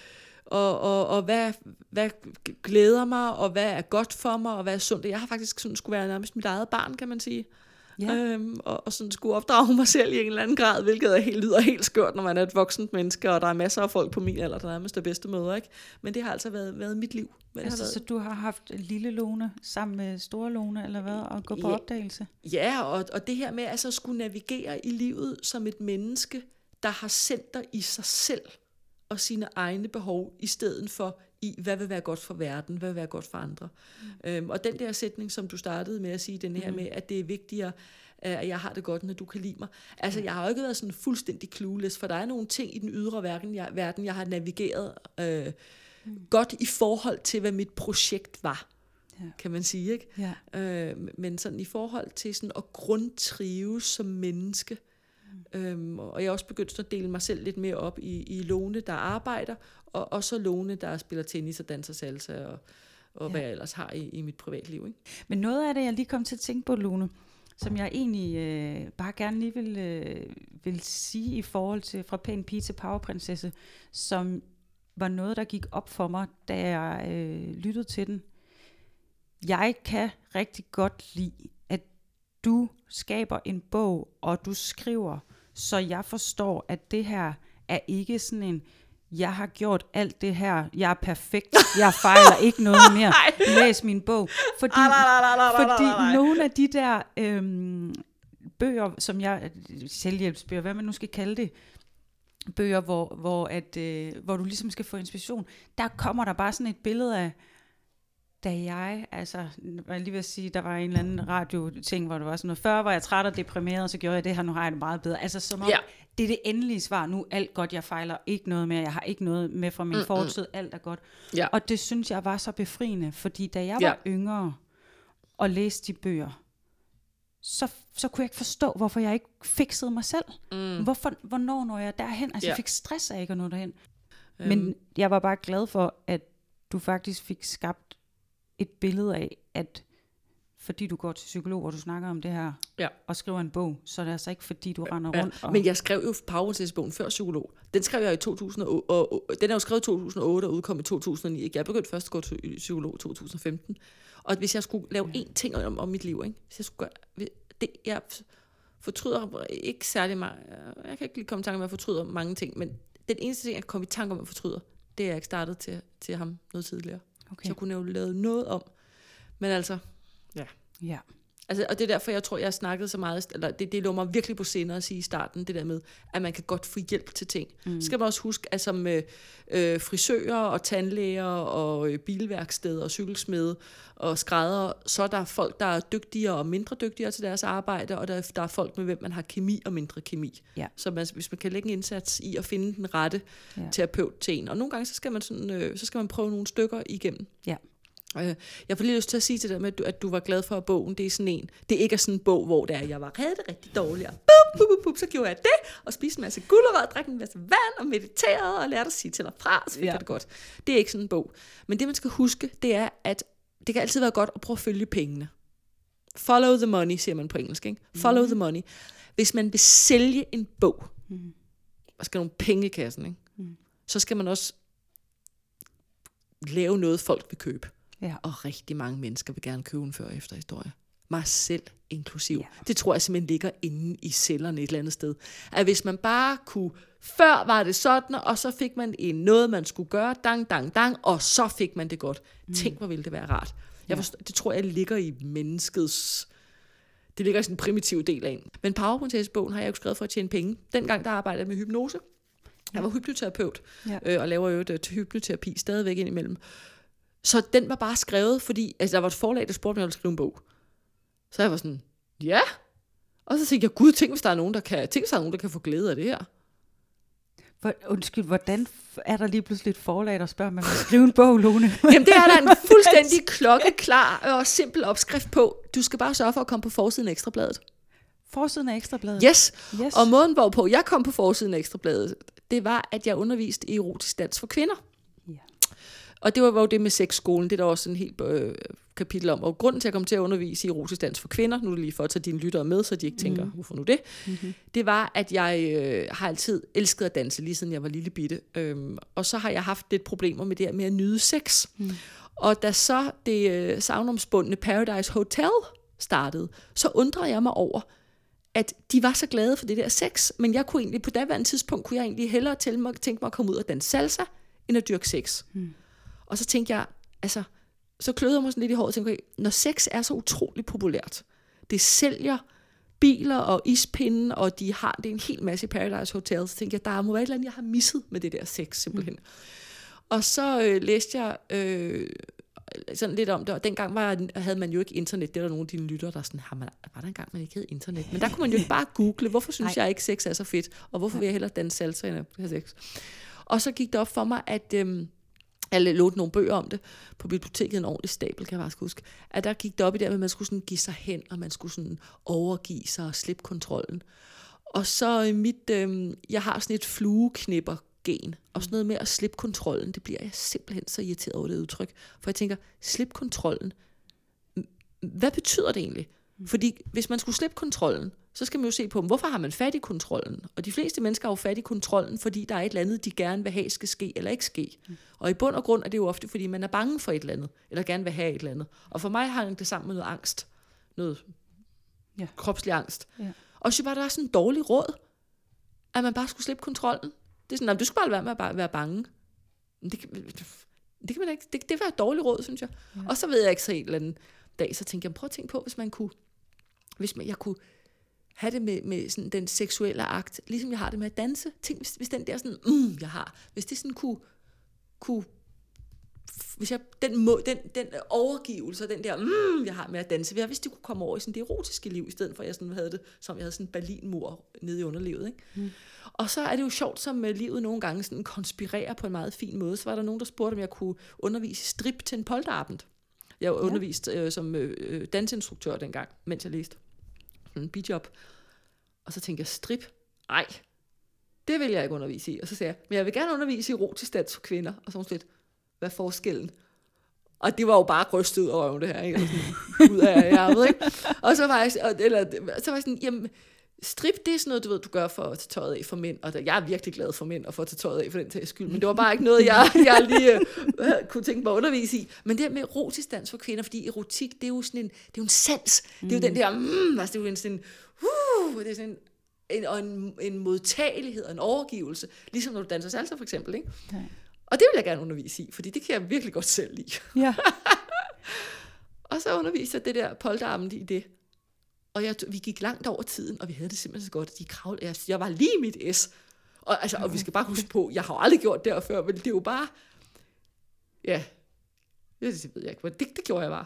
og hvad glæder mig, og hvad er godt for mig, og hvad er sundt. Jeg har faktisk sådan skulle være nærmest mit eget barn, kan man sige. Ja. Og sådan skulle opdrage mig selv i en eller anden grad, hvilket lyder helt skørt, når man er et voksent menneske, og der er masser af folk på min alder, der nærmest er bedstemødre, ikke? Men det har altså været mit liv. Så du har haft lille Lone sammen med store Lone, eller hvad, og gå på opdagelse? Ja, og det her med altså at skulle navigere i livet som et menneske, der har center i sig selv og sine egne behov, i stedet for hvad vil være godt for verden, hvad vil være godt for andre. Og den der sætning, som du startede med at sige, den her med, at det er vigtigere, at jeg har det godt, når du kan lide mig. Altså, jeg har jo ikke været sådan fuldstændig clueless, for der er nogle ting i den ydre verden, jeg har navigeret godt i forhold til, hvad mit projekt var, kan man sige, ikke? Ja. Men sådan i forhold til sådan at grundtrives som menneske, og jeg er også begyndt at dele mig selv lidt mere op i Lone, der arbejder, og så Lone, der spiller tennis og danser salsa, og hvad jeg ellers har i mit privatliv. Ikke? Men noget af det, jeg lige kom til at tænke på, Lone, som jeg egentlig bare gerne lige vil sige i forhold til fra pæn pige til powerprinsesse, som var noget, der gik op for mig, da jeg lyttede til den. Jeg kan rigtig godt lide, at du skaber en bog, og du skriver, så jeg forstår, at det her er ikke sådan en, jeg har gjort alt det her, jeg er perfekt, jeg fejler ikke noget mere, læs min bog. Fordi nogle af de der bøger, som jeg, selvhjælpsbøger, hvad man nu skal kalde det, bøger, hvor du ligesom skal få inspiration, der kommer der bare sådan et billede af, da jeg lige vil sige, der var en eller anden radio-ting, hvor det var sådan noget, før var jeg træt og deprimeret, og så gjorde jeg det her, nu har jeg det meget bedre. Altså som om, det er det endelige svar, nu alt godt, jeg fejler ikke noget mere, jeg har ikke noget med fra min fortid, alt er godt. Ja. Og det synes jeg var så befriende, fordi da jeg var yngre og læste de bøger, så kunne jeg ikke forstå, hvorfor jeg ikke fiksede mig selv. Hvornår når jeg derhen? Altså jeg fik stress af ikke at nå derhen. Men jeg var bare glad for, at du faktisk fik skabt et billede af, at fordi du går til psykolog, hvor du snakker om det her, og skriver en bog, så er det altså ikke fordi, du render rundt. Men jeg skrev jo powerprinsessebogen før psykolog. Den skrev jeg i 2008, og den er jo skrevet i 2008 og udkom i 2009. Jeg begyndte først at gå til psykolog i 2015. Og hvis jeg skulle lave én ting om mit liv, ikke? Hvis jeg skulle gøre det, jeg fortryder ikke særlig meget. Jeg kan ikke lige komme i tanke om, at jeg fortryder mange ting, men den eneste ting, jeg kan komme i tanke om, at jeg fortryder, det er, at jeg ikke startede til ham noget tidligere. Okay. Så jeg kunne jo lave noget om. Men altså, ja. Altså, og det er derfor, jeg tror, jeg snakkede så meget, eller det lå mig virkelig på sinde at sige i starten, det der med, at man kan godt få hjælp til ting. Så skal man også huske, at som frisører og tandlæger og bilværksteder og cykelsmede og skræddere, så er der folk, der er dygtigere og mindre dygtigere til deres arbejde, og der er folk med, hvem man har kemi og mindre kemi. Ja. Så hvis man kan lægge en indsats i at finde den rette terapeut til en. Og nogle gange, så skal man prøve nogle stykker igennem. Ja. Jeg får lige lyst til at sige til dig med, at du var glad for, at bogen det er sådan en. Det ikke er sådan en bog, hvor jeg var rigtig dårlig, og så gjorde jeg det, og spiste en masse gulerod, drak en masse vand, og mediterede, og lærte at sige til og fra, så fik jeg det godt. Det er ikke sådan en bog. Men det, man skal huske, det er, at det kan altid være godt at prøve at følge pengene. Follow the money, siger man på engelsk, ikke? Follow the money. Hvis man vil sælge en bog, og skal nogle penge i kassen, ikke? Så skal man også lave noget, folk vil købe. Ja. Og rigtig mange mennesker vil gerne købe en før- og efterhistorie. Mig selv inklusiv. Ja. Det tror jeg simpelthen ligger inde i cellerne et eller andet sted. At hvis man bare kunne, før var det sådan, og så fik man noget, man skulle gøre, dang, og så fik man det godt. Tænk, hvor ville det være rart. Det tror jeg ligger i menneskets, det ligger i sådan en primitiv del af en. Men powerprinsessebogen har jeg jo skrevet for at tjene penge. Dengang der arbejdede jeg med hypnose. Jeg var hypnoterapeut, og laver jo til hypnoterapi stadigvæk indimellem. Så den var bare skrevet, fordi der var et forlag, der spurgte mig, om jeg ville skrive en bog. Så jeg var sådan, ja. Og så tænkte jeg, gud, tænk hvis der er nogen, der kan få glæde af det her. Undskyld, hvordan er der lige pludselig et forlag, der spørger, man vil skrive en bog, Lone? Jamen det er der en fuldstændig klokkeklar og simpel opskrift på. Du skal bare sørge for at komme på forsiden af Ekstrabladet. Forsiden af Ekstrabladet? Yes. Og måden, hvorpå jeg kom på forsiden af Ekstrabladet, det var, at jeg underviste i erotisk dans for kvinder. Ja. Og det var jo det med sexskolen, det er der også en helt kapitel om. Og grunden til at komme til at undervise i erotisk dans for kvinder, nu er det lige for at tage dine lyttere med, så de ikke tænker, hvorfor nu det? Det var, at jeg har altid elsket at danse, lige siden jeg var lille bitte. Og så har jeg haft lidt problemer med det her med at nyde sex. Og da så det sagnomspundne Paradise Hotel startede, så undrede jeg mig over, at de var så glade for det der sex, men jeg kunne egentlig, på daværende tidspunkt, kunne jeg egentlig hellere tænke mig at komme ud og danse salsa, end at dyrke sex. Og så tænkte jeg, altså, så kløede jeg mig sådan lidt i håret og tænkte, når sex er så utrolig populært, det sælger biler og ispinden, og det er en hel masse i Paradise Hotel, så tænkte jeg, der må være et eller andet, jeg har misset med det der sex, simpelthen. Og så læste jeg sådan lidt om det, og dengang havde man jo ikke internet. Det er der nogle af dine lyttere, der sådan, var der engang, man ikke havde internet? Men der kunne man jo bare google, hvorfor synes jeg ikke sex er så fedt, og hvorfor vil jeg hellere danse salsa end at have sex? Og så gik det op for mig, at jeg lånte nogle bøger om det på biblioteket, en ordentlig stabel, kan jeg faktisk huske, at der gik det op i det, at man skulle sådan give sig hen, og man skulle sådan overgive sig og slippe kontrollen. Og så jeg har sådan et flueknipper-gen, og sådan noget med at slippe kontrollen, det bliver jeg simpelthen så irriteret over det udtryk. For jeg tænker, slip kontrollen. Hvad betyder det egentlig? Fordi hvis man skulle slippe kontrollen, så skal man jo se på, hvorfor har man fat i kontrollen? Og de fleste mennesker har jo fat i kontrollen, fordi der er et eller andet, de gerne vil have, skal ske eller ikke ske. Og i bund og grund er det jo ofte, fordi man er bange for et eller andet, eller gerne vil have et eller andet. Og for mig har det sammen med noget angst. Noget kropslig angst. Ja. Og så var der sådan en dårlig råd, at man bare skulle slippe kontrollen. Det er sådan, du skal bare være med at være bange. Det kan man ikke. Det var et dårligt råd, synes jeg. Ja. Og så ved jeg ikke så en eller anden dag, så tænkte jeg, prøv at tænke på, hvis jeg kunne have det med sådan den seksuelle akt, ligesom jeg har det med at danse. Tænk, hvis den der sådan, jeg har, hvis det sådan kunne hvis jeg, den overgivelse, den der, jeg har med at danse, hvis det kunne komme over i sådan det erotiske liv, i stedet for at jeg sådan havde det, som jeg havde sådan en Berlinmur nede i underlivet, ikke? Og så er det jo sjovt, som livet nogle gange sådan konspirerer på en meget fin måde. Så var der nogen, der spurgte, om jeg kunne undervise i strip til en polterabend. Jeg var undervist som dansinstruktør dengang, mens jeg læste en bijob. Og så tænkte jeg, strip? Ej, det vil jeg ikke undervise i. Og så sagde jeg, men jeg vil gerne undervise i erotisk dans for kvinder. Og så lidt, hvad er forskellen? Og det var jo bare rystet ud af røven, det her, ikke? Sådan, ud af hjertet, ikke? Og så var jeg sådan, jamen, strip, det er sådan noget, du gør for at tage tøjet af for mænd, og jeg er virkelig glad for mænd, og for at tage tøjet af for den tages skyld, men det var bare ikke noget, jeg lige kunne tænke mig at undervise i. Men det med erotisk dans for kvinder, fordi erotik, det er jo sådan en sans, det er jo den der, altså det er jo sådan det er sådan en modtagelighed og en overgivelse, ligesom når du danser salsa for eksempel, ikke? Okay. Og det vil jeg gerne undervise i, fordi det kan jeg virkelig godt selv lide. Ja. Og så underviste jeg det der polterabend i det. Og vi gik langt over tiden, og vi havde det simpelthen så godt, at de kravlede. Jeg var lige i mit S. Og vi skal bare huske på, jeg har jo aldrig gjort det før, men det er jo bare, ja, det ved jeg ikke, det gjorde jeg bare.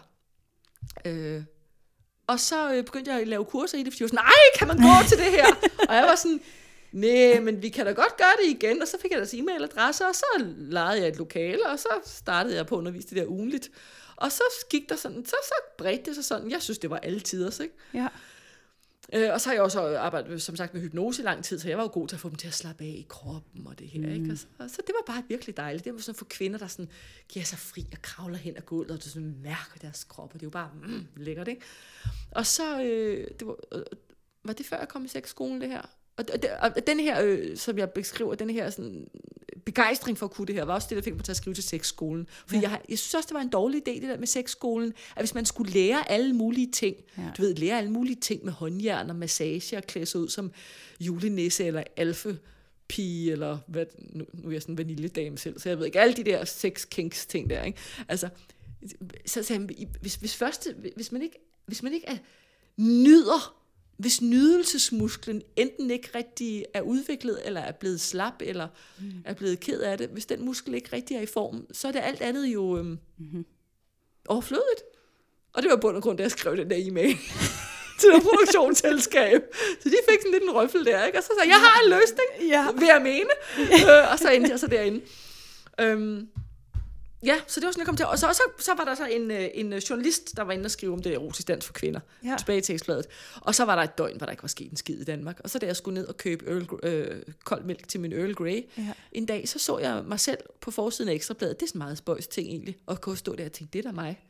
Og så begyndte jeg at lave kurser i det, fordi jeg var sådan, nej, kan man gå til det her? Og jeg var sådan, nej, men vi kan da godt gøre det igen. Og så fik jeg deres e-mailadresse, og så lejede jeg et lokale, og så startede jeg på at undervise det der ugenligt. Og så gik der sådan, så bredte det sig sådan. Jeg synes, det var alle tiders, ikke? Ja. Og så har jeg også arbejdet, som sagt, med hypnose i lang tid, så jeg var jo god til at få dem til at slappe af i kroppen og det her, ikke? Og så det var bare virkelig dejligt. Det var sådan for kvinder, der sådan giver sig fri og kravler hen ad gulvet, og du sådan mærker deres krop, og det er jo bare lækkert, ikke? Og så, var det før jeg kom i sexskolen, det her? Og den her, som jeg beskriver, den her sådan begejstring for at kunne det her, var også det, der fik mig til at skrive til sexskolen. Fordi jeg synes også, det var en dårlig idé, det der med sexskolen, at hvis man skulle lære alle mulige ting, du ved, lære alle mulige ting med håndjern og massage og klæde sig ud som julenisse eller alfepige, eller hvad, nu er jeg sådan en vaniljedame selv, så jeg ved ikke, alle de der sex kinks ting der, ikke? Altså, så sagde jeg, hvis man ikke nyder, hvis nydelsesmusklen enten ikke rigtig er udviklet, eller er blevet slap, eller er blevet ked af det, hvis den muskel ikke rigtig er i form, så er det alt andet jo overflødigt. Og det var bund og grund, da jeg skrev den der e-mail til noget produktionsselskab. Så de fik sådan lidt en røffel der, ikke? Og så sagde jeg har en løsning, vil jeg mene. Og så endte jeg så derinde. Ja, så det var sådan, jeg kom til. Og så var der så en journalist, der var inde og skrive om det erotisk dans for kvinder, tilbage i tekstbladet. Og så var der et døgn, hvor der ikke var sket en skid i Danmark. Og så da jeg skulle ned og købe kold mælk til min Earl Grey, en dag, så jeg mig selv på forsiden af Ekstrabladet. Det er sådan meget spøjs ting egentlig. Og kunne stå der og tænke, det er da mig.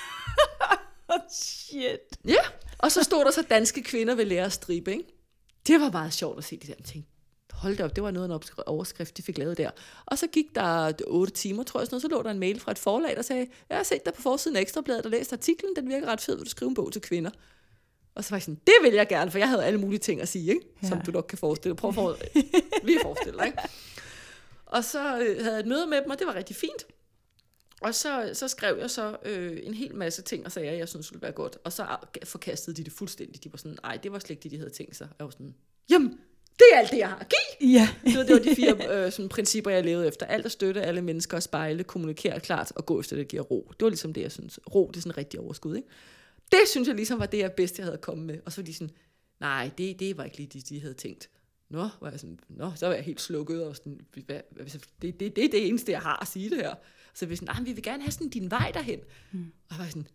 Shit. Ja, og så stod der så danske kvinder vil lære at stribe, ikke? Det var meget sjovt at se de der ting. Hold da op, det var noget af en overskrift, de fik lavet der. Og så gik der 8 timer, tror jeg, sådan noget, så lå der en mail fra et forlag, der sagde, jeg har set dig på forsiden af Ekstrabladet og læst artiklen, den virker ret fed, vil du skrive en bog til kvinder? Og så var jeg sådan, det vil jeg gerne, for jeg havde alle mulige ting at sige, ikke? Som du nok kan forestille. Prøv at lige forestille dig, ikke? Og så havde jeg et møde med dem, og det var rigtig fint. Og så skrev jeg så en hel masse ting og sagde, at jeg synes, det ville være godt. Og så forkastede de det fuldstændig. De var sådan, nej, det var slet ikke det, de havde tænkt sig. Jeg var sådan, jamen, det er alt det, jeg har at give. Ja. Det var de 4 sådan, principper, jeg levede efter. Alt at støtte alle mennesker og spejle, kommunikere klart og gå efter det, giver ro. Det var ligesom det, jeg synes. Ro, det er sådan rigtig overskud, ikke? Det synes jeg ligesom var det, jeg bedst, jeg havde kommet med. Og så var de sådan, nej, det var ikke lige det, de havde tænkt. Var jeg sådan, så var jeg helt slukket og sådan, det er det eneste, jeg har at sige det her. Så vi sådan, vi vil gerne have sådan din vej derhen. Og jeg var sådan,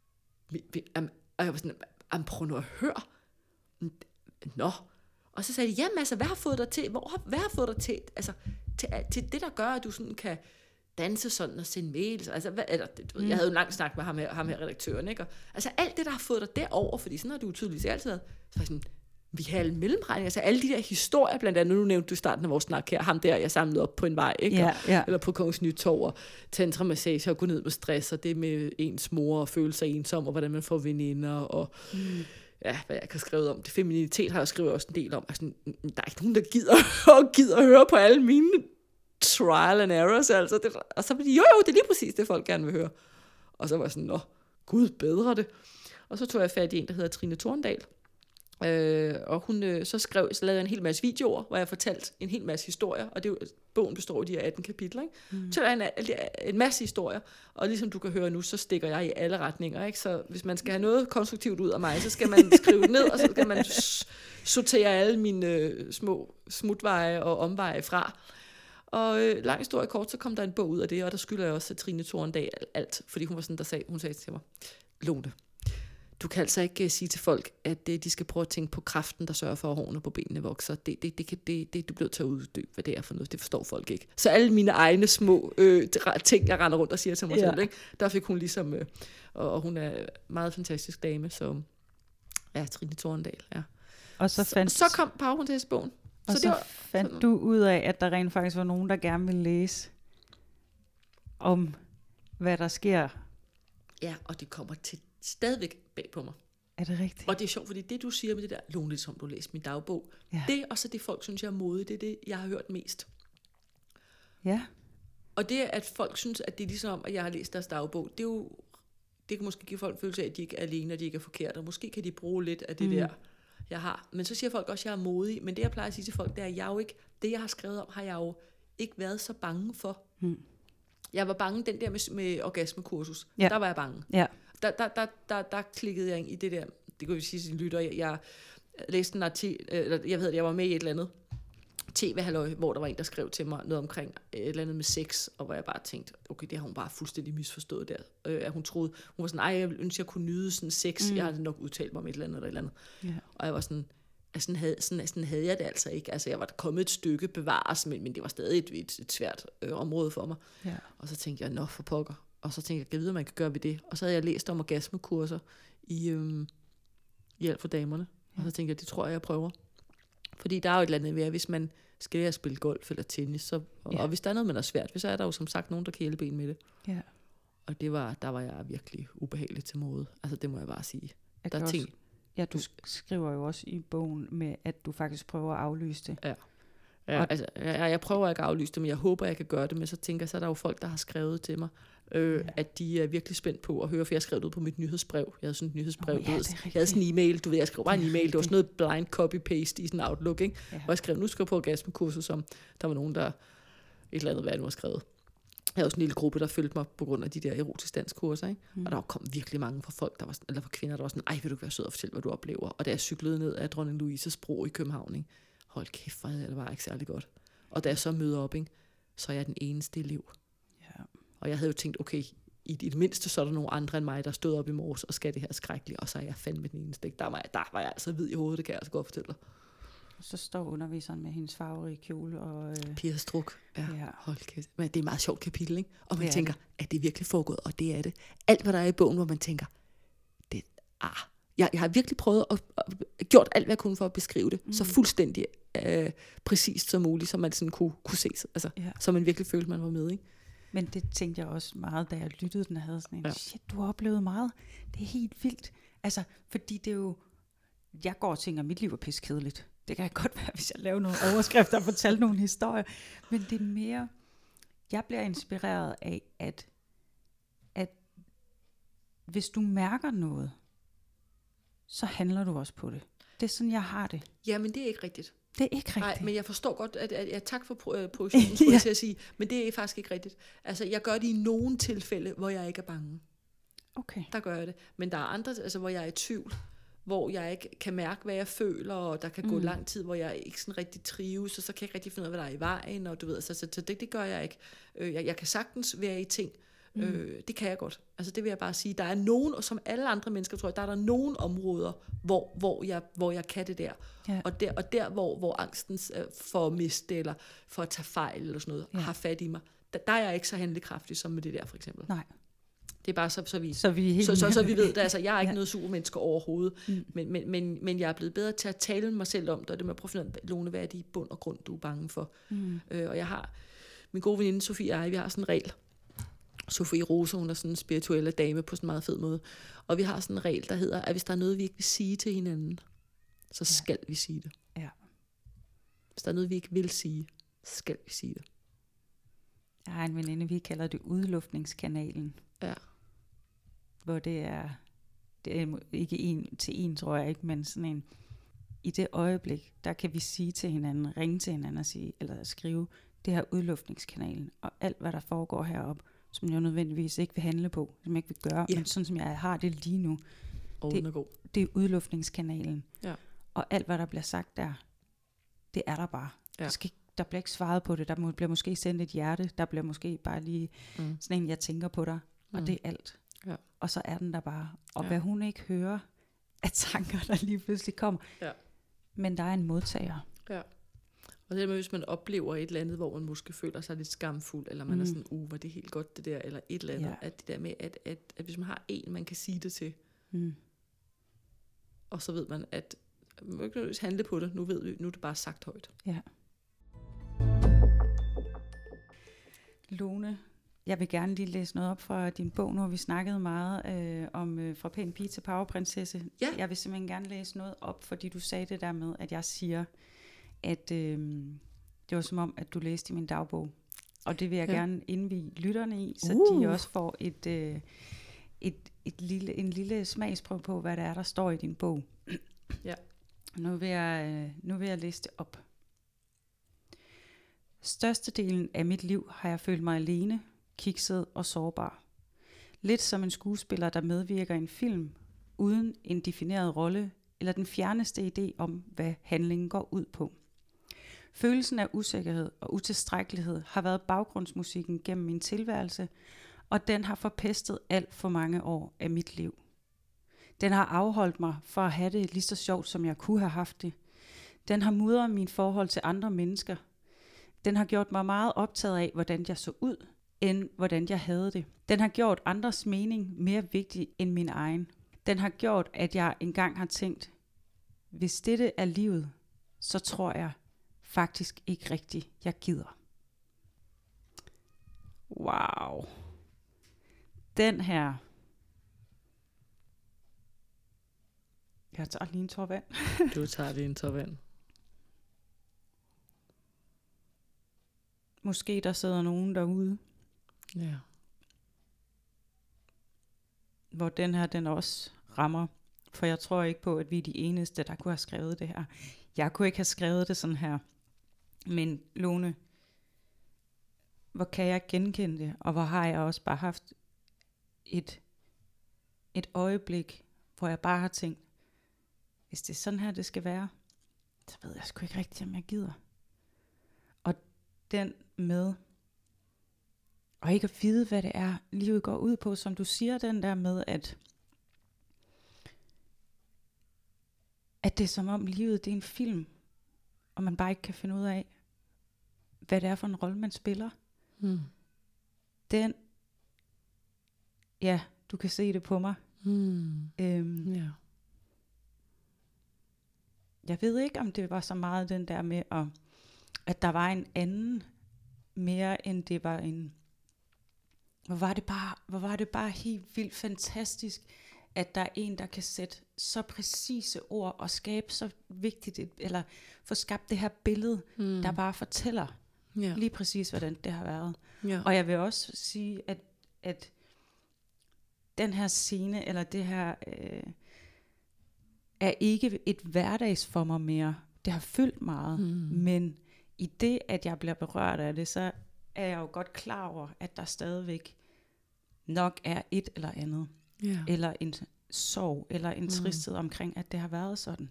prøv nu at høre. Og så sagde de, jamen altså, hvad har fået dig til, altså, til det, der gør, at du sådan kan danse sådan og sende mails, altså, jeg havde jo en lang snak med ham her redaktøren, ikke? Og, altså alt det, der har fået dig derover, fordi sådan har du tydeligvis altid været, så var jeg sådan, vi har alle mellemregninger, altså alle de der historier, blandt andet, nu nævnte du i starten af vores snak her, ham der, jeg samlede op på en vej, ikke? Eller på Kongens Nytorv, og tantramassage, og gå ned med stress, og det med ens mor, og føle sig ensom, og hvordan man får veninder, og hvad jeg kan skrive om. Det femininitet har jeg skrevet også en del om. Altså, der er ikke nogen, der gider at høre på alle mine trial and errors, altså. Og så var de, jo, det er lige præcis det, folk gerne vil høre. Og så var jeg sådan, Gud bedre det. Og så tog jeg fat i en, der hedder Trine Torndal. Og hun så lavede jeg en hel masse videoer, hvor jeg fortalte en hel masse historier, og bogen består af de her 18 kapitler, ikke? Så der er en masse historier, og ligesom du kan høre nu, så stikker jeg i alle retninger, ikke? Så hvis man skal have noget konstruktivt ud af mig, så skal man skrive det ned, og så skal man sortere alle mine små smutveje og omveje fra. Og lang historie kort, så kom der en bog ud af det, og der skylder jeg også Trine Torndal alt, fordi hun var sådan, hun sagde til mig, Lone, du kan altså ikke sige til folk, at de skal prøve at tænke på kraften, der sørger for, at hårene på benene vokser. Du bliver til at uddybe, hvad det er for noget. Det forstår folk ikke. Så alle mine egne små ting, jeg render rundt og siger til mig selv, ikke? Der fik hun ligesom, og hun er en meget fantastisk dame, så Trine Torndal, ja. Og så kom powerhåndtagelsesbogen. Og så fandt du ud af, at der rent faktisk var nogen, der gerne ville læse om, hvad der sker. Ja, og det kommer til stadigvæk bag på mig. Er det rigtigt? Og det er sjovt, fordi det du siger med det der, Lone, som du læste min dagbog, det og så det folk synes jeg er modigt, det er det, jeg har hørt mest. Ja. Og det at folk synes, at det er ligesom, at jeg har læst deres dagbog, det kan måske give folk følelse af, at de ikke er alene, og de ikke er forkerte, og måske kan de bruge lidt af det der, jeg har. Men så siger folk også, at jeg er modig, men det jeg plejer at sige til folk, det er, at jeg jo ikke, det jeg har skrevet om, har jeg jo ikke været så bange for. Jeg var bange den der med orgasmekursus. Ja. Der var jeg bange. Ja. Der klikkede jeg ind i det der, det kunne vi sige til sin lytter, jeg læste en artikel, jeg var med i et eller andet tv-halløj, hvor der var en, der skrev til mig noget omkring et eller andet med sex, og hvor jeg bare tænkte, okay, det har hun bare fuldstændig misforstået der. At hun troede, hun var sådan, jeg ville ønske, jeg kunne nyde sådan sex. Jeg havde nok udtalt mig om et eller andet. Ja. Og jeg var sådan, sådan havde jeg det altså ikke. Altså, jeg var kommet et stykke bevares, men det var stadig et svært område for mig. Ja. Og så tænkte jeg, for pokker. Og så tænkte jeg vide, hvad man kan gøre ved det. Og så havde jeg læst om orgasmekurser i hjælp for damerne. Ja. Og så tænkte jeg, det tror jeg prøver. Fordi der er jo et eller andet ved, at hvis man skal lære at spille golf eller tennis, så, og hvis der er noget, man er svært, så er der jo som sagt nogen, der kan hjælpe en med det. Ja. Og der var jeg virkelig ubehagelig til mode. Altså, det må jeg bare sige. Ja, du skriver jo også i bogen med, at du faktisk prøver at aflyse det. Ja. Altså, jeg prøver ikke at aflyse det, men jeg håber, jeg kan gøre det. Men så tænker jeg, så er der jo folk, der har skrevet til mig, at de er virkelig spændt på at høre, for jeg skrev det ud på mit nyhedsbrev. Jeg havde sådan et nyhedsbrev. Jeg havde sådan en e-mail, jeg skrev bare en e-mail. Det var sådan noget blind copy-paste i sådan en Outlook, ikke? Ja. Og jeg skrev, nu skal jeg på orgasmekursus, som der var nogen, der et eller andet, hvad jeg nu har skrevet. Jeg havde også en lille gruppe, der følte mig på grund af de der erotisk danskkurser, ikke? Og der kom virkelig mange fra folk, der var sådan, eller fra kvinder, der var sådan, ej, vil du være sød og fortælle, hvad du oplever? Og da jeg cyklede ned af Dronning Louises bro i København, ikke? Hold kæft, hvor havde jeg det bare ikke særlig godt. Og da jeg så møder op, ikke? Så er jeg den eneste elev. Ja. Og jeg havde jo tænkt, okay, i det mindste, så er der nogle andre end mig, der stod op i morges og skal det her skrækkeligt, og så er jeg fandme den eneste. Ikke? Der var jeg altså hvid i hovedet, det kan jeg altså godt fortælle dig. Så står underviseren med hendes farverige kjole og... Pia Struk. Ja, hold kæft. Men det er et meget sjovt kapitel, ikke? Og man tænker, at det er virkelig foregået, og det er det. Alt, hvad der er i bogen, hvor man tænker, jeg har virkelig prøvet at gjort alt, hvad jeg kunne for at beskrive det, så fuldstændig præcist som muligt, så man sådan kunne se, altså, så man virkelig følte, man var med, ikke? Men det tænkte jeg også meget, da jeg lyttede, den havde sådan en, shit, du har oplevet meget. Det er helt vildt. Altså, fordi det er jo, jeg går og tænker, at mit liv er piskedeligt. Det kan godt være, hvis jeg laver nogle overskrifter og fortæller nogle historier. Men det er mere, jeg bliver inspireret af, at hvis du mærker noget, så handler du også på det. Det er sådan, jeg har det. Ja, men det er ikke rigtigt. Det er ikke rigtigt. Nej, men jeg forstår godt, at tak for positionen, skulle jeg til at sige, men det er faktisk ikke rigtigt. Altså, jeg gør det i nogle tilfælde, hvor jeg ikke er bange. Okay. Der gør jeg det. Men der er andre, altså, hvor jeg er i tvivl, hvor jeg ikke kan mærke, hvad jeg føler, og der kan gå lang tid, hvor jeg ikke sådan rigtig trives, og så kan jeg ikke rigtig finde ud af, hvad der er i vejen, og du ved, så det gør jeg ikke. Jeg kan sagtens være i ting. Det kan jeg godt. Altså det vil jeg bare sige. Der er nogen, og som alle andre mennesker tror jeg, der er nogen områder, hvor jeg kan det der. Ja. Og der hvor angsten for at miste, eller for at tage fejl, eller sådan noget, har fat i mig, der er jeg ikke så handlekraftig som med det der, for eksempel. Nej. Det er bare så vi ved det. Altså, jeg er ikke noget supermenneske overhovedet, men jeg er blevet bedre til at tale mig selv om det, og det med at prøve at finde ud af, Lone, hvad er det i bund og grund, du er bange for? Og jeg har, min gode veninde Sofie og jeg, vi har sådan en regel. Sofie Rose, hun er sådan en spirituelle dame på sådan en meget fed måde. Og vi har sådan en regel, der hedder, at hvis der er noget, vi ikke vil sige til hinanden, så skal vi sige det. Ja. Hvis der er noget, vi ikke vil sige, så skal vi sige det. Jeg har en veninde, vi kalder det udluftningskanalen. Ja. Hvor det er ikke en til en, tror jeg ikke, men sådan en, i det øjeblik, der kan vi sige til hinanden, ringe til hinanden og sige, eller skrive, det her udluftningskanalen, og alt, hvad der foregår heroppe, som jeg nødvendigvis ikke vil handle på, som jeg ikke vil gøre, men sådan som jeg har det lige nu, det er udluftningskanalen. Ja. Og alt, hvad der bliver sagt der, det er der bare. Ja. Der bliver ikke svaret på det, der bliver måske sendt et hjerte, der bliver måske bare lige sådan en, jeg tænker på dig, og det er alt. Ja. Og så er den der bare. Og hvad hun ikke hører af tanker, der lige pludselig kommer. Ja. Men der er en modtager. Ja. Og det med, hvis man oplever et eller andet, hvor man måske føler sig lidt skamfuld, eller man er sådan, var det helt godt det der, eller et eller andet. At det der med, at hvis man har en, man kan sige det til, og så ved man, at man må ikke nødvendigvis handle på det, nu er det bare sagt højt. Ja. Lone, jeg vil gerne lige læse noget op fra din bog. Nu har vi snakket meget om fra pæn pige til powerprinsesse. Ja. Jeg vil simpelthen gerne læse noget op, fordi du sagde det der med, at jeg siger, at det var som om, at du læste i min dagbog. Og det vil jeg gerne indvie lytterne i, så de også får en lille smagsprøve på, hvad det er, der står i din bog. Ja. Nu vil jeg læse det op. Størstedelen af mit liv har jeg følt mig alene, kikset og sårbar. Lidt som en skuespiller, der medvirker i en film, uden en defineret rolle, eller den fjerneste idé om, hvad handlingen går ud på. Følelsen af usikkerhed og utilstrækkelighed har været baggrundsmusikken gennem min tilværelse, og den har forpestet alt for mange år af mit liv. Den har afholdt mig for at have det lige så sjovt, som jeg kunne have haft det. Den har mudret min forhold til andre mennesker. Den har gjort mig meget optaget af, hvordan jeg så ud, end hvordan jeg havde det. Den har gjort andres mening mere vigtig end min egen. Den har gjort, at jeg engang har tænkt, hvis dette er livet, så tror jeg faktisk ikke rigtigt, jeg gider. Wow. Den her. Jeg tager lige en tår vand. Du tager lige en tår vand. Måske der sidder nogen derude. Ja. Hvor den her, den også rammer. For jeg tror ikke på, at vi er de eneste, der kunne have skrevet det her. Jeg kunne ikke have skrevet det sådan her. Men Lone, hvor kan jeg genkende det, og hvor har jeg også bare haft et øjeblik, hvor jeg bare har tænkt, hvis det er sådan her, det skal være, så ved jeg sgu ikke rigtigt, om jeg gider. Og den med, og ikke at vide, hvad det er, livet går ud på, som du siger, den der med, at det er som om livet, det er en film, og man bare ikke kan finde ud af, hvad det er for en rolle, man spiller. Den, ja, du kan se det på mig. Ja. Jeg ved ikke, om det var så meget den der med, at der var en anden, mere end det var en, hvor var det bare helt vildt fantastisk, at der er en, der kan sætte så præcise ord, og skabe så vigtigt, eller få skabt det her billede, der bare fortæller, lige præcis, hvordan det har været. Ja. Og jeg vil også sige, at den her scene, eller det her, er ikke et hverdags for mig mere. Det har fyldt meget, men i det, at jeg bliver berørt af det, så er jeg jo godt klar over, at der stadigvæk nok er et eller andet, eller en sorg, eller en tristhed omkring, at det har været sådan.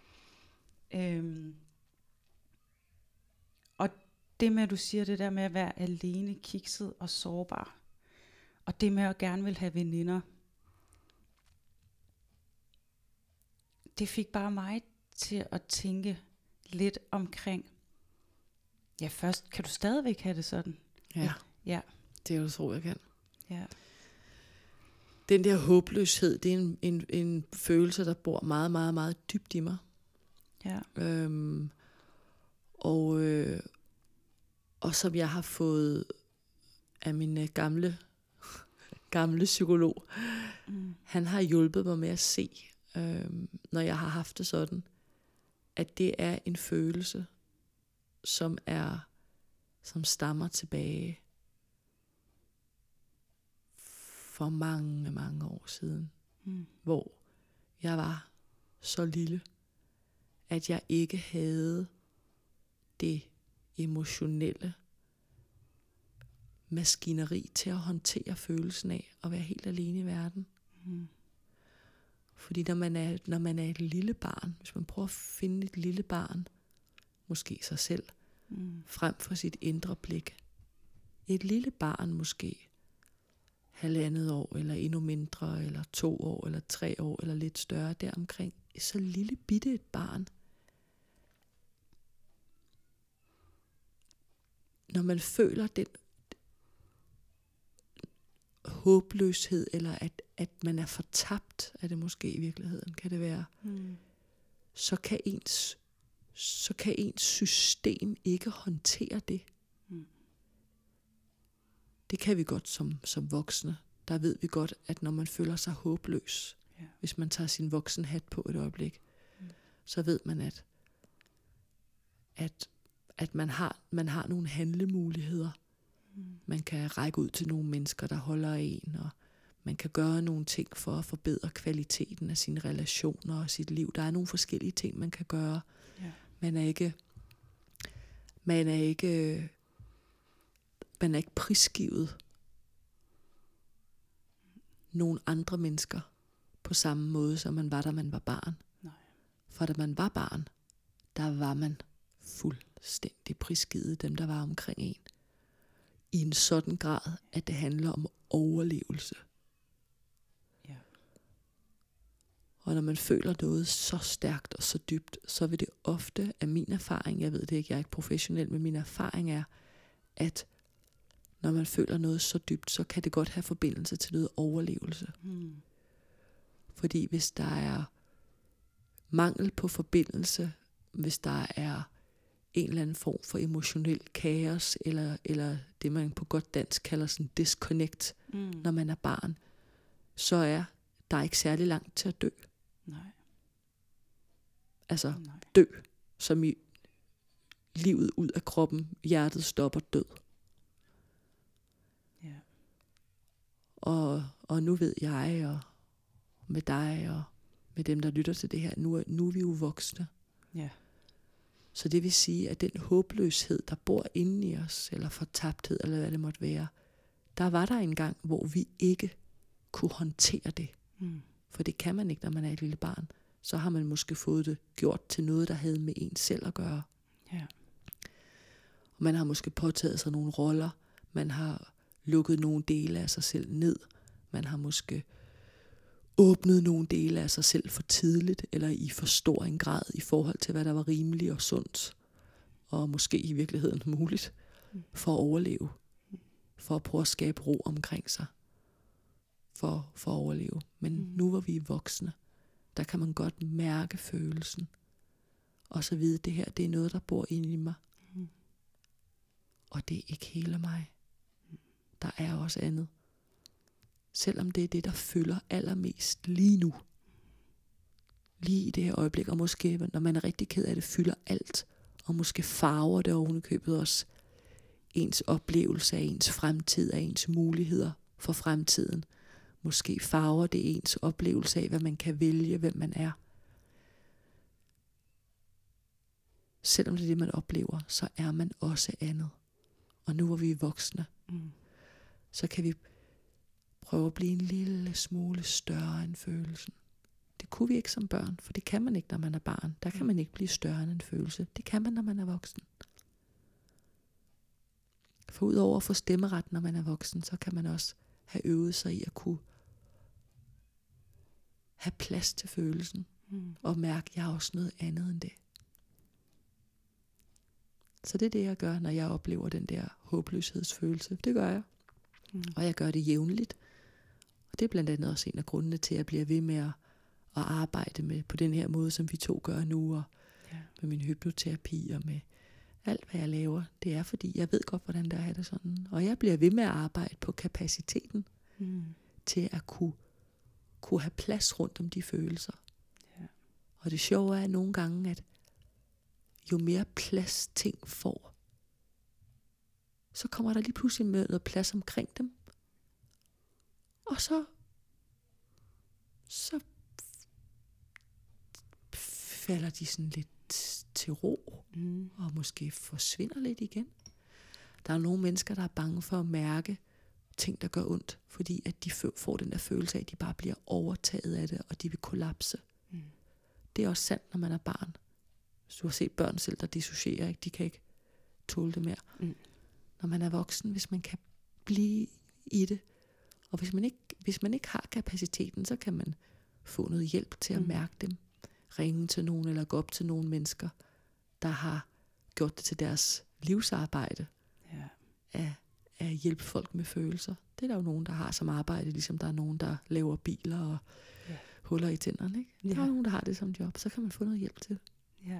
Og det med, at du siger det der med at være alene, kikset og sårbar, og det med at gerne vil have veninder, det fik bare mig til at tænke lidt omkring, ja, først, kan du stadigvæk have det sådan? Ja. Det er jo så, jeg kan. Ja. Den der håbløshed, det er en følelse, der bor meget, meget, meget dybt i mig. Ja. Og som jeg har fået af min gamle psykolog. Han har hjulpet mig med at se, når jeg har haft det sådan, at det er en følelse, som stammer tilbage for mange, mange år siden, hvor jeg var så lille, at jeg ikke havde det emotionelle maskineri til at håndtere følelsen af at være helt alene i verden. Fordi når man er et lille barn, hvis man prøver at finde et lille barn, måske sig selv, frem for sit indre blik. Et lille barn måske 1,5 år, eller endnu mindre, eller 2 år, eller 3 år, eller lidt større deromkring. Så lille bitte et barn. Når man føler den håbløshed, eller at man er fortabt, er det måske i virkeligheden, kan det være, så kan ens system ikke håndtere det. Det kan vi godt som voksne. Der ved vi godt, at når man føler sig håbløs, hvis man tager sin voksenhat på et øjeblik, så ved man, at man har nogle handlemuligheder. Man kan række ud til nogle mennesker, der holder en, og man kan gøre nogle ting for at forbedre kvaliteten af sine relationer og sit liv. Der er nogle forskellige ting, man kan gøre. Ja. Man er ikke prisgivet nogle andre mennesker på samme måde, som man var, da man var barn. Nej. For da man var barn, der var man fuldstændig prisgivet dem, der var omkring en. I en sådan grad, at det handler om overlevelse. Ja. Og når man føler noget så stærkt og så dybt, så vil det ofte, af min erfaring, jeg ved det ikke, jeg er ikke professionel, men min erfaring er, at når man føler noget så dybt, så kan det godt have forbindelse til noget overlevelse. Fordi hvis der er mangel på forbindelse, hvis der er en eller anden form for emotionel kaos, eller det man på godt dansk kalder sådan disconnect, når man er barn, så er der ikke særlig langt til at dø. Nej. Altså dø, som i livet ud af kroppen, hjertet stopper død. Ja. Og nu ved jeg, og med dig, og med dem, der lytter til det her, nu er vi jo voksne. Ja. Så det vil sige, at den håbløshed, der bor inde i os, eller fortabthed, eller hvad det måtte være, der var der en gang, hvor vi ikke kunne håndtere det. For det kan man ikke, når man er et lille barn. Så har man måske fået det gjort til noget, der havde med en selv at gøre. Ja. Og man har måske påtaget sig nogle roller. Man har lukket nogle dele af sig selv ned. Man har måske åbnet nogle dele af sig selv for tidligt, eller i for stor en grad i forhold til, hvad der var rimeligt og sundt, og måske i virkeligheden muligt, for at overleve. For at prøve at skabe ro omkring sig. For at overleve. Men nu hvor vi er voksne, der kan man godt mærke følelsen. Og så vide, at det her, det er noget, der bor inde i mig. Og det er ikke hele mig. Der er også andet. Selvom det er det, der fylder allermest lige nu. Lige i det her øjeblik. Og måske, når man er rigtig ked af det, fylder alt. Og måske farver det ovenikøbet også ens oplevelse af ens fremtid, af ens muligheder for fremtiden. Måske farver det ens oplevelse af, hvad man kan vælge, hvem man er. Selvom det er det, man oplever, så er man også andet. Og nu hvor vi er voksne, så kan vi prøve at blive en lille smule større end følelsen. Det kunne vi ikke som børn, for det kan man ikke, når man er barn. Der kan man ikke blive større end en følelse. Det kan man, når man er voksen. For udover at få stemmeret, når man er voksen, så kan man også have øvet sig i at kunne have plads til følelsen. Og mærke, at jeg er også noget andet end det. Så det er det, jeg gør, når jeg oplever den der håbløshedsfølelse. Det gør jeg. Og jeg gør det jævnligt. Og det er blandt andet også en af grundene til, at jeg bliver ved med at arbejde med på den her måde, som vi to gør nu. Og med min hypnoterapi og med alt, hvad jeg laver. Det er, fordi jeg ved godt, hvordan der er det sådan. Og jeg bliver ved med at arbejde på kapaciteten til at kunne have plads rundt om de følelser. Ja. Og det sjove er nogle gange, at jo mere plads ting får, så kommer der lige pludselig med noget plads omkring dem. Og så falder de sådan lidt til ro, og måske forsvinder lidt igen. Der er nogle mennesker, der er bange for at mærke ting, der gør ondt, fordi at de får den der følelse af, at de bare bliver overtaget af det, og de vil kollapse. Det er også sandt, når man er barn. Hvis du har set børn selv, der dissocierer, ikke? De kan ikke tåle det mere. Når man er voksen, hvis man kan blive i det, og hvis man ikke har kapaciteten, så kan man få noget hjælp til at mærke dem. Ringe til nogen, eller gå op til nogle mennesker, der har gjort det til deres livsarbejde. At hjælpe folk med følelser. Det er der jo nogen, der har som arbejde, ligesom der er nogen, der laver biler og huller i tænderne. Ikke? Der er nogen, der har det som job, så kan man få noget hjælp til. Ja.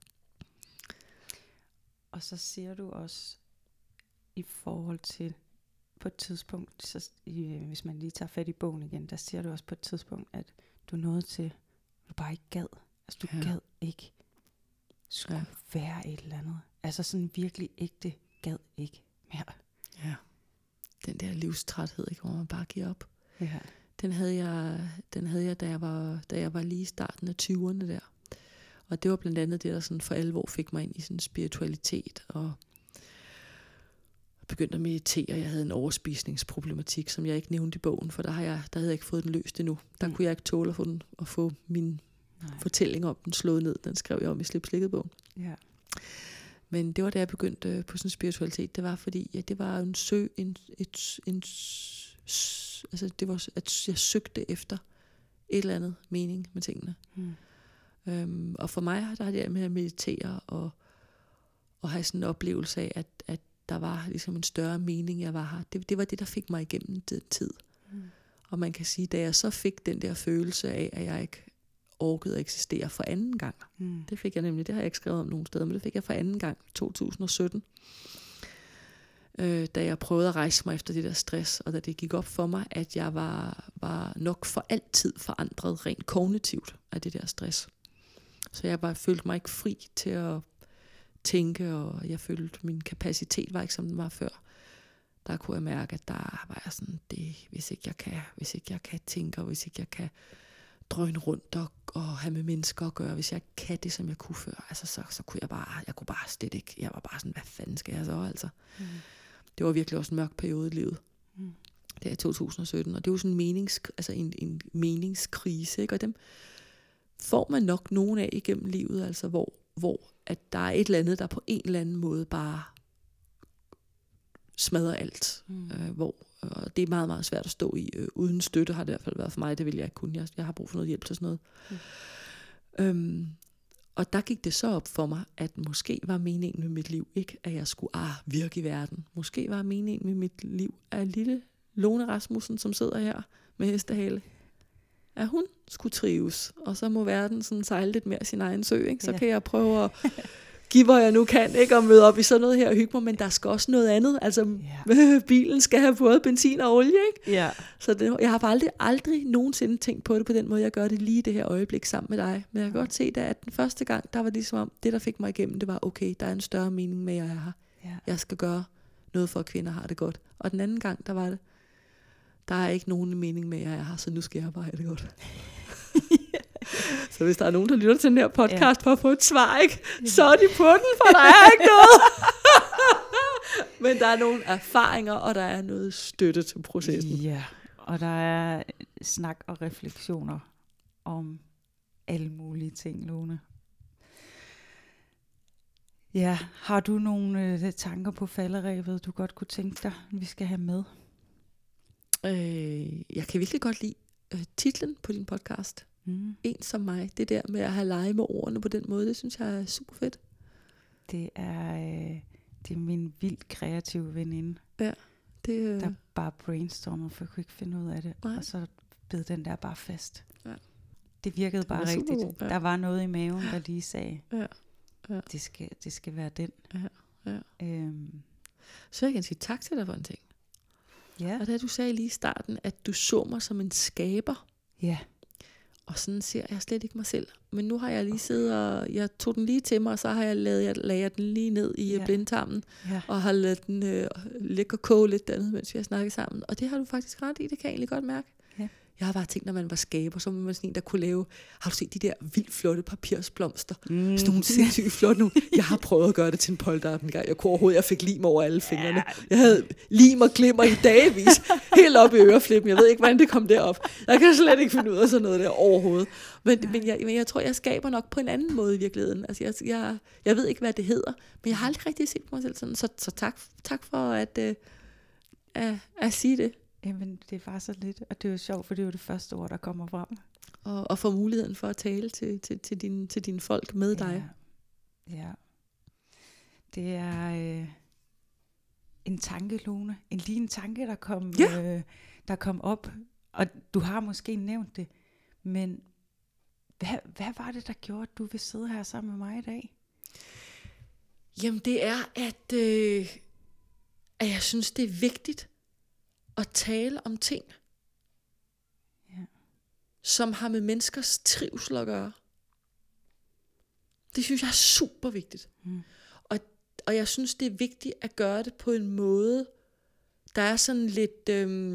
Og så siger du også, i forhold til, på et tidspunkt, så, hvis man lige tager fat i bogen igen, der siger du også på et tidspunkt, at du nåede til, du bare ikke gad. Altså du gad ikke skulle være et eller andet. Altså sådan virkelig ægte gad ikke mere. Ja. Den der livstræthed, ikke, hvor man bare giver op. Ja. Den havde jeg, da jeg var lige i starten af 20'erne der. Og det var blandt andet det, der sådan for alvor fik mig ind i sådan spiritualitet, og begyndte at meditere. Jeg havde en overspisningsproblematik, som jeg ikke nævnte i bogen, for der havde jeg ikke fået den løst endnu. Der kunne jeg ikke tåle at få min fortælling om den slået ned. Den skrev jeg om i Slip Slikket-bogen. Ja. Men det var da jeg begyndte på sådan spiritualitet. Det var fordi, det var det var, at jeg søgte efter et eller andet mening med tingene. Og for mig der har det med at meditere og have sådan en oplevelse af, at der var ligesom en større mening, jeg var her. Det var det, der fik mig igennem den tid. Og man kan sige, da jeg så fik den der følelse af, at jeg ikke orkede at eksistere for anden gang. Det fik jeg nemlig, det har jeg ikke skrevet om nogen steder, men det fik jeg for anden gang i 2017. Da jeg prøvede at rejse mig efter det der stress, og da det gik op for mig, at jeg var nok for altid forandret rent kognitivt af det der stress. Så jeg følte mig ikke fri til at tænke, og jeg følte, at min kapacitet var ikke, som den var før. Der kunne jeg mærke, at der var jeg sådan, hvis ikke jeg kan tænke, og hvis ikke jeg kan drøne rundt og have med mennesker at gøre. Hvis jeg ikke kan det, som jeg kunne før, altså så kunne jeg kunne bare slet ikke. Jeg var bare sådan, hvad fanden skal jeg så, altså? Det var virkelig også en mørk periode i livet. Det er i 2017, og det er jo sådan en meningskrise, ikke? Og dem får man nok nogen af igennem livet, altså hvor at der er et eller andet, der på en eller anden måde bare smadrer alt. Og det er meget, meget svært at stå i. Uden støtte har det i hvert fald været for mig, det vil jeg ikke kunne. Jeg har brug for noget hjælp til sådan noget. Og der gik det så op for mig, at måske var meningen med mit liv ikke, at jeg skulle virke i verden. Måske var meningen med mit liv, at lille Lone Rasmussen, som sidder her med hestehale, at hun skulle trives. Og så må verden sådan sejle lidt mere sin egen sø. Ikke? Så kan jeg prøve at give, hvor jeg nu kan, ikke? Og møde op i sådan noget her og hygge mig, men der skal også noget andet. Altså, bilen skal have både benzin og olie, ikke? Ja. Så jeg har bare aldrig nogensinde tænkt på det på den måde, jeg gør det lige i det her øjeblik sammen med dig. Men jeg kan godt se, at den første gang, der var ligesom om, det der fik mig igennem, det var, okay, der er en større mening med, at jeg er her. Ja. Jeg skal gøre noget for, at kvinder har det godt. Og den anden gang, der var det, der er ikke nogen mening med, at jeg er her, så nu skal jeg bare have det godt. Så hvis der er nogen, der lytter til den her podcast for at få et svar, ikke? Så er de på den, for der er ikke noget. Men der er nogle erfaringer, og der er noget støtte til processen. Ja, og der er snak og refleksioner om alle mulige ting, Lone. Ja, har du nogle tanker på falderebet, du godt kunne tænke dig, vi skal have med? Jeg kan virkelig godt lide titlen på din podcast. En som mig. Det der med at have lege med ordene på den måde, det synes jeg er super fedt. Det er min vildt kreative veninde, der bare brainstormede, for jeg kunne ikke finde ud af det. Nej. Og så bed den der bare fast. Ja. Det virkede bare rigtigt. Der var noget i maven, der lige sagde, det skal være den. Så jeg kan sige tak til dig for en ting. Ja. Og da du sagde lige i starten, at du så mig som en skaber. Ja. Og sådan ser jeg slet ikke mig selv. Men nu har jeg lige siddet og jeg tog den lige til mig, og så har jeg lagret den lige ned i blindtarmen, og har ladet den ligge og koge lidt dernede, mens vi har snakket sammen. Og det har du faktisk ret i, det kan jeg egentlig godt mærke. Ja. Jeg har bare tænkt, når man var skaber, så var man sådan en, der kunne lave, har du set de der vildt flotte papirsblomster? Sådan nogle sindssygt flotte nu. Jeg har prøvet at gøre det til en polterappen engang. Jeg fik lim over alle fingrene. Jeg havde lim og glimmer i dagevis, helt op i øreflippen. Jeg ved ikke, hvordan det kom derop. Jeg kan slet ikke finde ud af sådan noget der overhovedet. Men jeg tror, jeg skaber nok på en anden måde i virkeligheden. Altså, jeg ved ikke, hvad det hedder, men jeg har aldrig rigtig set på mig selv sådan. Så tak for at sige det. Jamen, det er bare så lidt, og det er jo sjovt, for det er jo det første ord, der kommer frem. Og få muligheden for at tale til dine folk med dig. Ja. Det er en tanke, Lone. En tanke, der kom op. Og du har måske nævnt det, men hvad var det, der gjorde, at du vil sidde her sammen med mig i dag? Jamen, det er, at jeg synes, det er vigtigt at tale om ting, som har med menneskers trivsel at gøre. Det synes jeg er super vigtigt. Og jeg synes, det er vigtigt at gøre det på en måde, der er sådan lidt,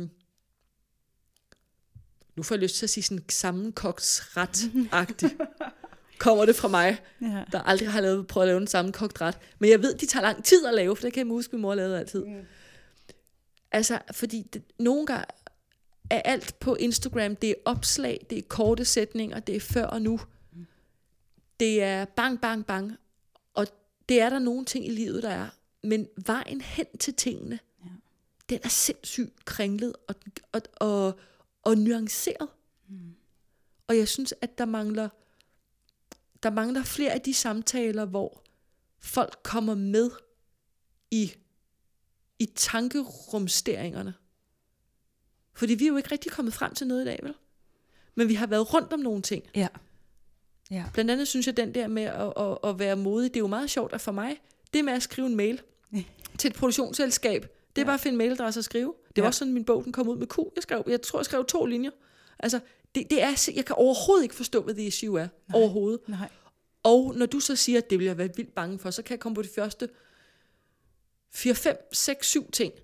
nu får jeg lyst til at sige sådan sammenkogt ret-agtigt. Kommer det fra mig, der aldrig har prøvet at lave en sammenkogt ret. Men jeg ved, de tager lang tid at lave, for det kan jeg huske, min mor lavede altid. Altså, fordi nogle gange er alt på Instagram, det er opslag, det er korte sætninger, det er før og nu. Det er bang, bang, bang. Og det er der nogle ting i livet, der er. Men vejen hen til tingene, den er sindssygt kringlet og nuanceret. Og jeg synes, at der mangler flere af de samtaler, hvor folk kommer med i tankerumsteringerne. Fordi vi er jo ikke rigtig kommet frem til noget i dag, vel? Men vi har været rundt om nogle ting. Ja. Blandt andet synes jeg, den der med at være modig, det er jo meget sjovt, at for mig, det med at skrive en mail til et produktionsselskab, det er bare at finde mailadresse og skrive. Det var også sådan, min bog den kom ud med Q. Jeg tror, jeg skrev 2 linjer. Altså, det er, jeg kan overhovedet ikke forstå, hvad det issue er. Overhovedet. Nej. Og når du så siger, at det vil jeg være vildt bange for, så kan jeg komme på de første 4, 5, 6, 7 ting.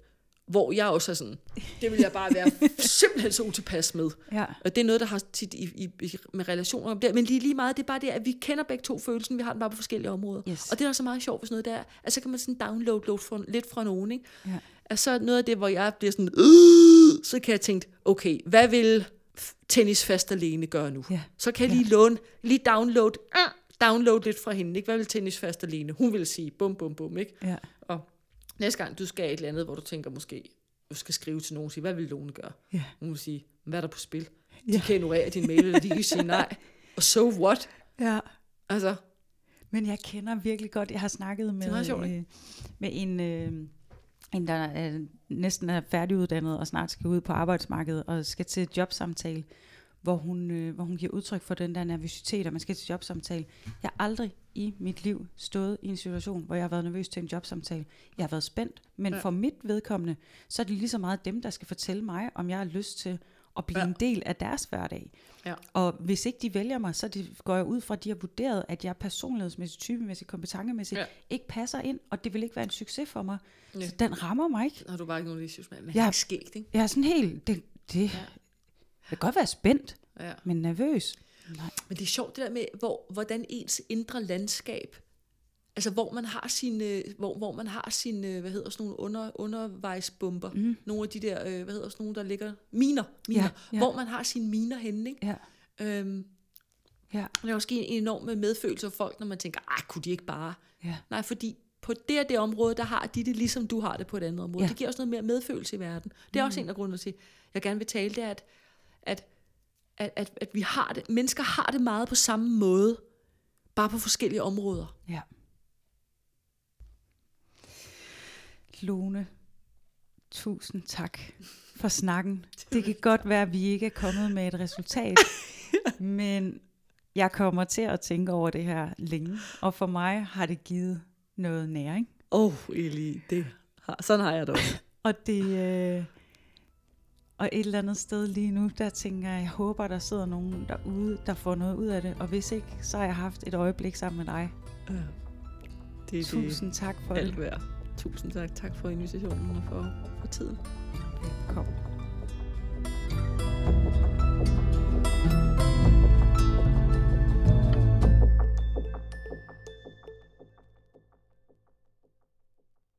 hvor jeg også er sådan, det vil jeg bare være simpelthen så utilpas med. Ja. Og det er noget, der har tit med relationer. Men lige meget, det er bare det, at vi kender begge to følelsen, vi har den bare på forskellige områder. Yes. Og det er så meget sjovt, hvis noget der, at så kan man sådan download lidt fra nogen, ikke? Ja. Altså noget af det, hvor jeg bliver sådan, så kan jeg tænke, okay, hvad vil tennis fast alene gøre nu? Ja. Så kan jeg lige download lidt fra hende, ikke? Hvad vil tennis fast alene? Hun vil sige, bum, bum, bum, ikke? Ja. Og næste gang, du skal et eller andet, hvor du tænker måske, du skal skrive til nogen og sige, hvad vil Lone gøre? Ja. Hun vil sige, hvad er der på spil? De kan ignorere din mail, eller de kan sige nej. Og so what? Ja. Altså. Men jeg kender virkelig godt, jeg har snakket med en, der er, næsten er færdiguddannet og snart skal ud på arbejdsmarkedet og skal til jobsamtale, hvor hun giver udtryk for den der nervøsitet, og man skal til jobsamtale. Jeg har aldrig i mit liv stået i en situation, hvor jeg har været nervøs til en jobsamtale. Jeg har været spændt, men for mit vedkommende, så er det lige så meget dem, der skal fortælle mig, om jeg har lyst til at blive en del af deres hverdag. Ja. Og hvis ikke de vælger mig, så går jeg ud fra, at de har vurderet, at jeg personlighedsmæssigt, typemæssigt, kompetencemæssigt ikke passer ind, og det vil ikke være en succes for mig. Ja. Så den rammer mig ikke. Har du bare ikke nogen issues med? Men jeg er skægt, ikke? Jeg er sådan helt, det kan godt være spændt, men nervøs. Nej. Men det er sjovt det der med, hvordan ens indre landskab, altså hvor man har sine, hvor man har sine, hvad hedder sådan nogle undervejsbomber, nogle af de der, hvad hedder sådan nogle, der ligger, miner, hvor man har sine miner henne, ikke? Ja. Det er også en enorm medfølelse af folk, når man tænker, kunne de ikke bare? Ja. Nej, fordi på det område, der har de det, ligesom du har det på et andet område. Ja. Det giver også noget mere medfølelse i verden. Det er også en af grundene til, jeg gerne vil tale, det er, at vi har det, mennesker har det meget på samme måde, bare på forskellige områder. Ja. Lone, tusind tak for snakken. Det kan godt være, at vi ikke er kommet med et resultat, men jeg kommer til at tænke over det her længe, og for mig har det givet noget næring. Eli, sådan har jeg det også. Og et eller andet sted lige nu, der tænker jeg håber, der sidder nogen derude, der får noget ud af det. Og hvis ikke, så har jeg haft et øjeblik sammen med dig. Tusind tak for alt det. Tusind tak. Tak for invitationen og for tiden. Velkommen.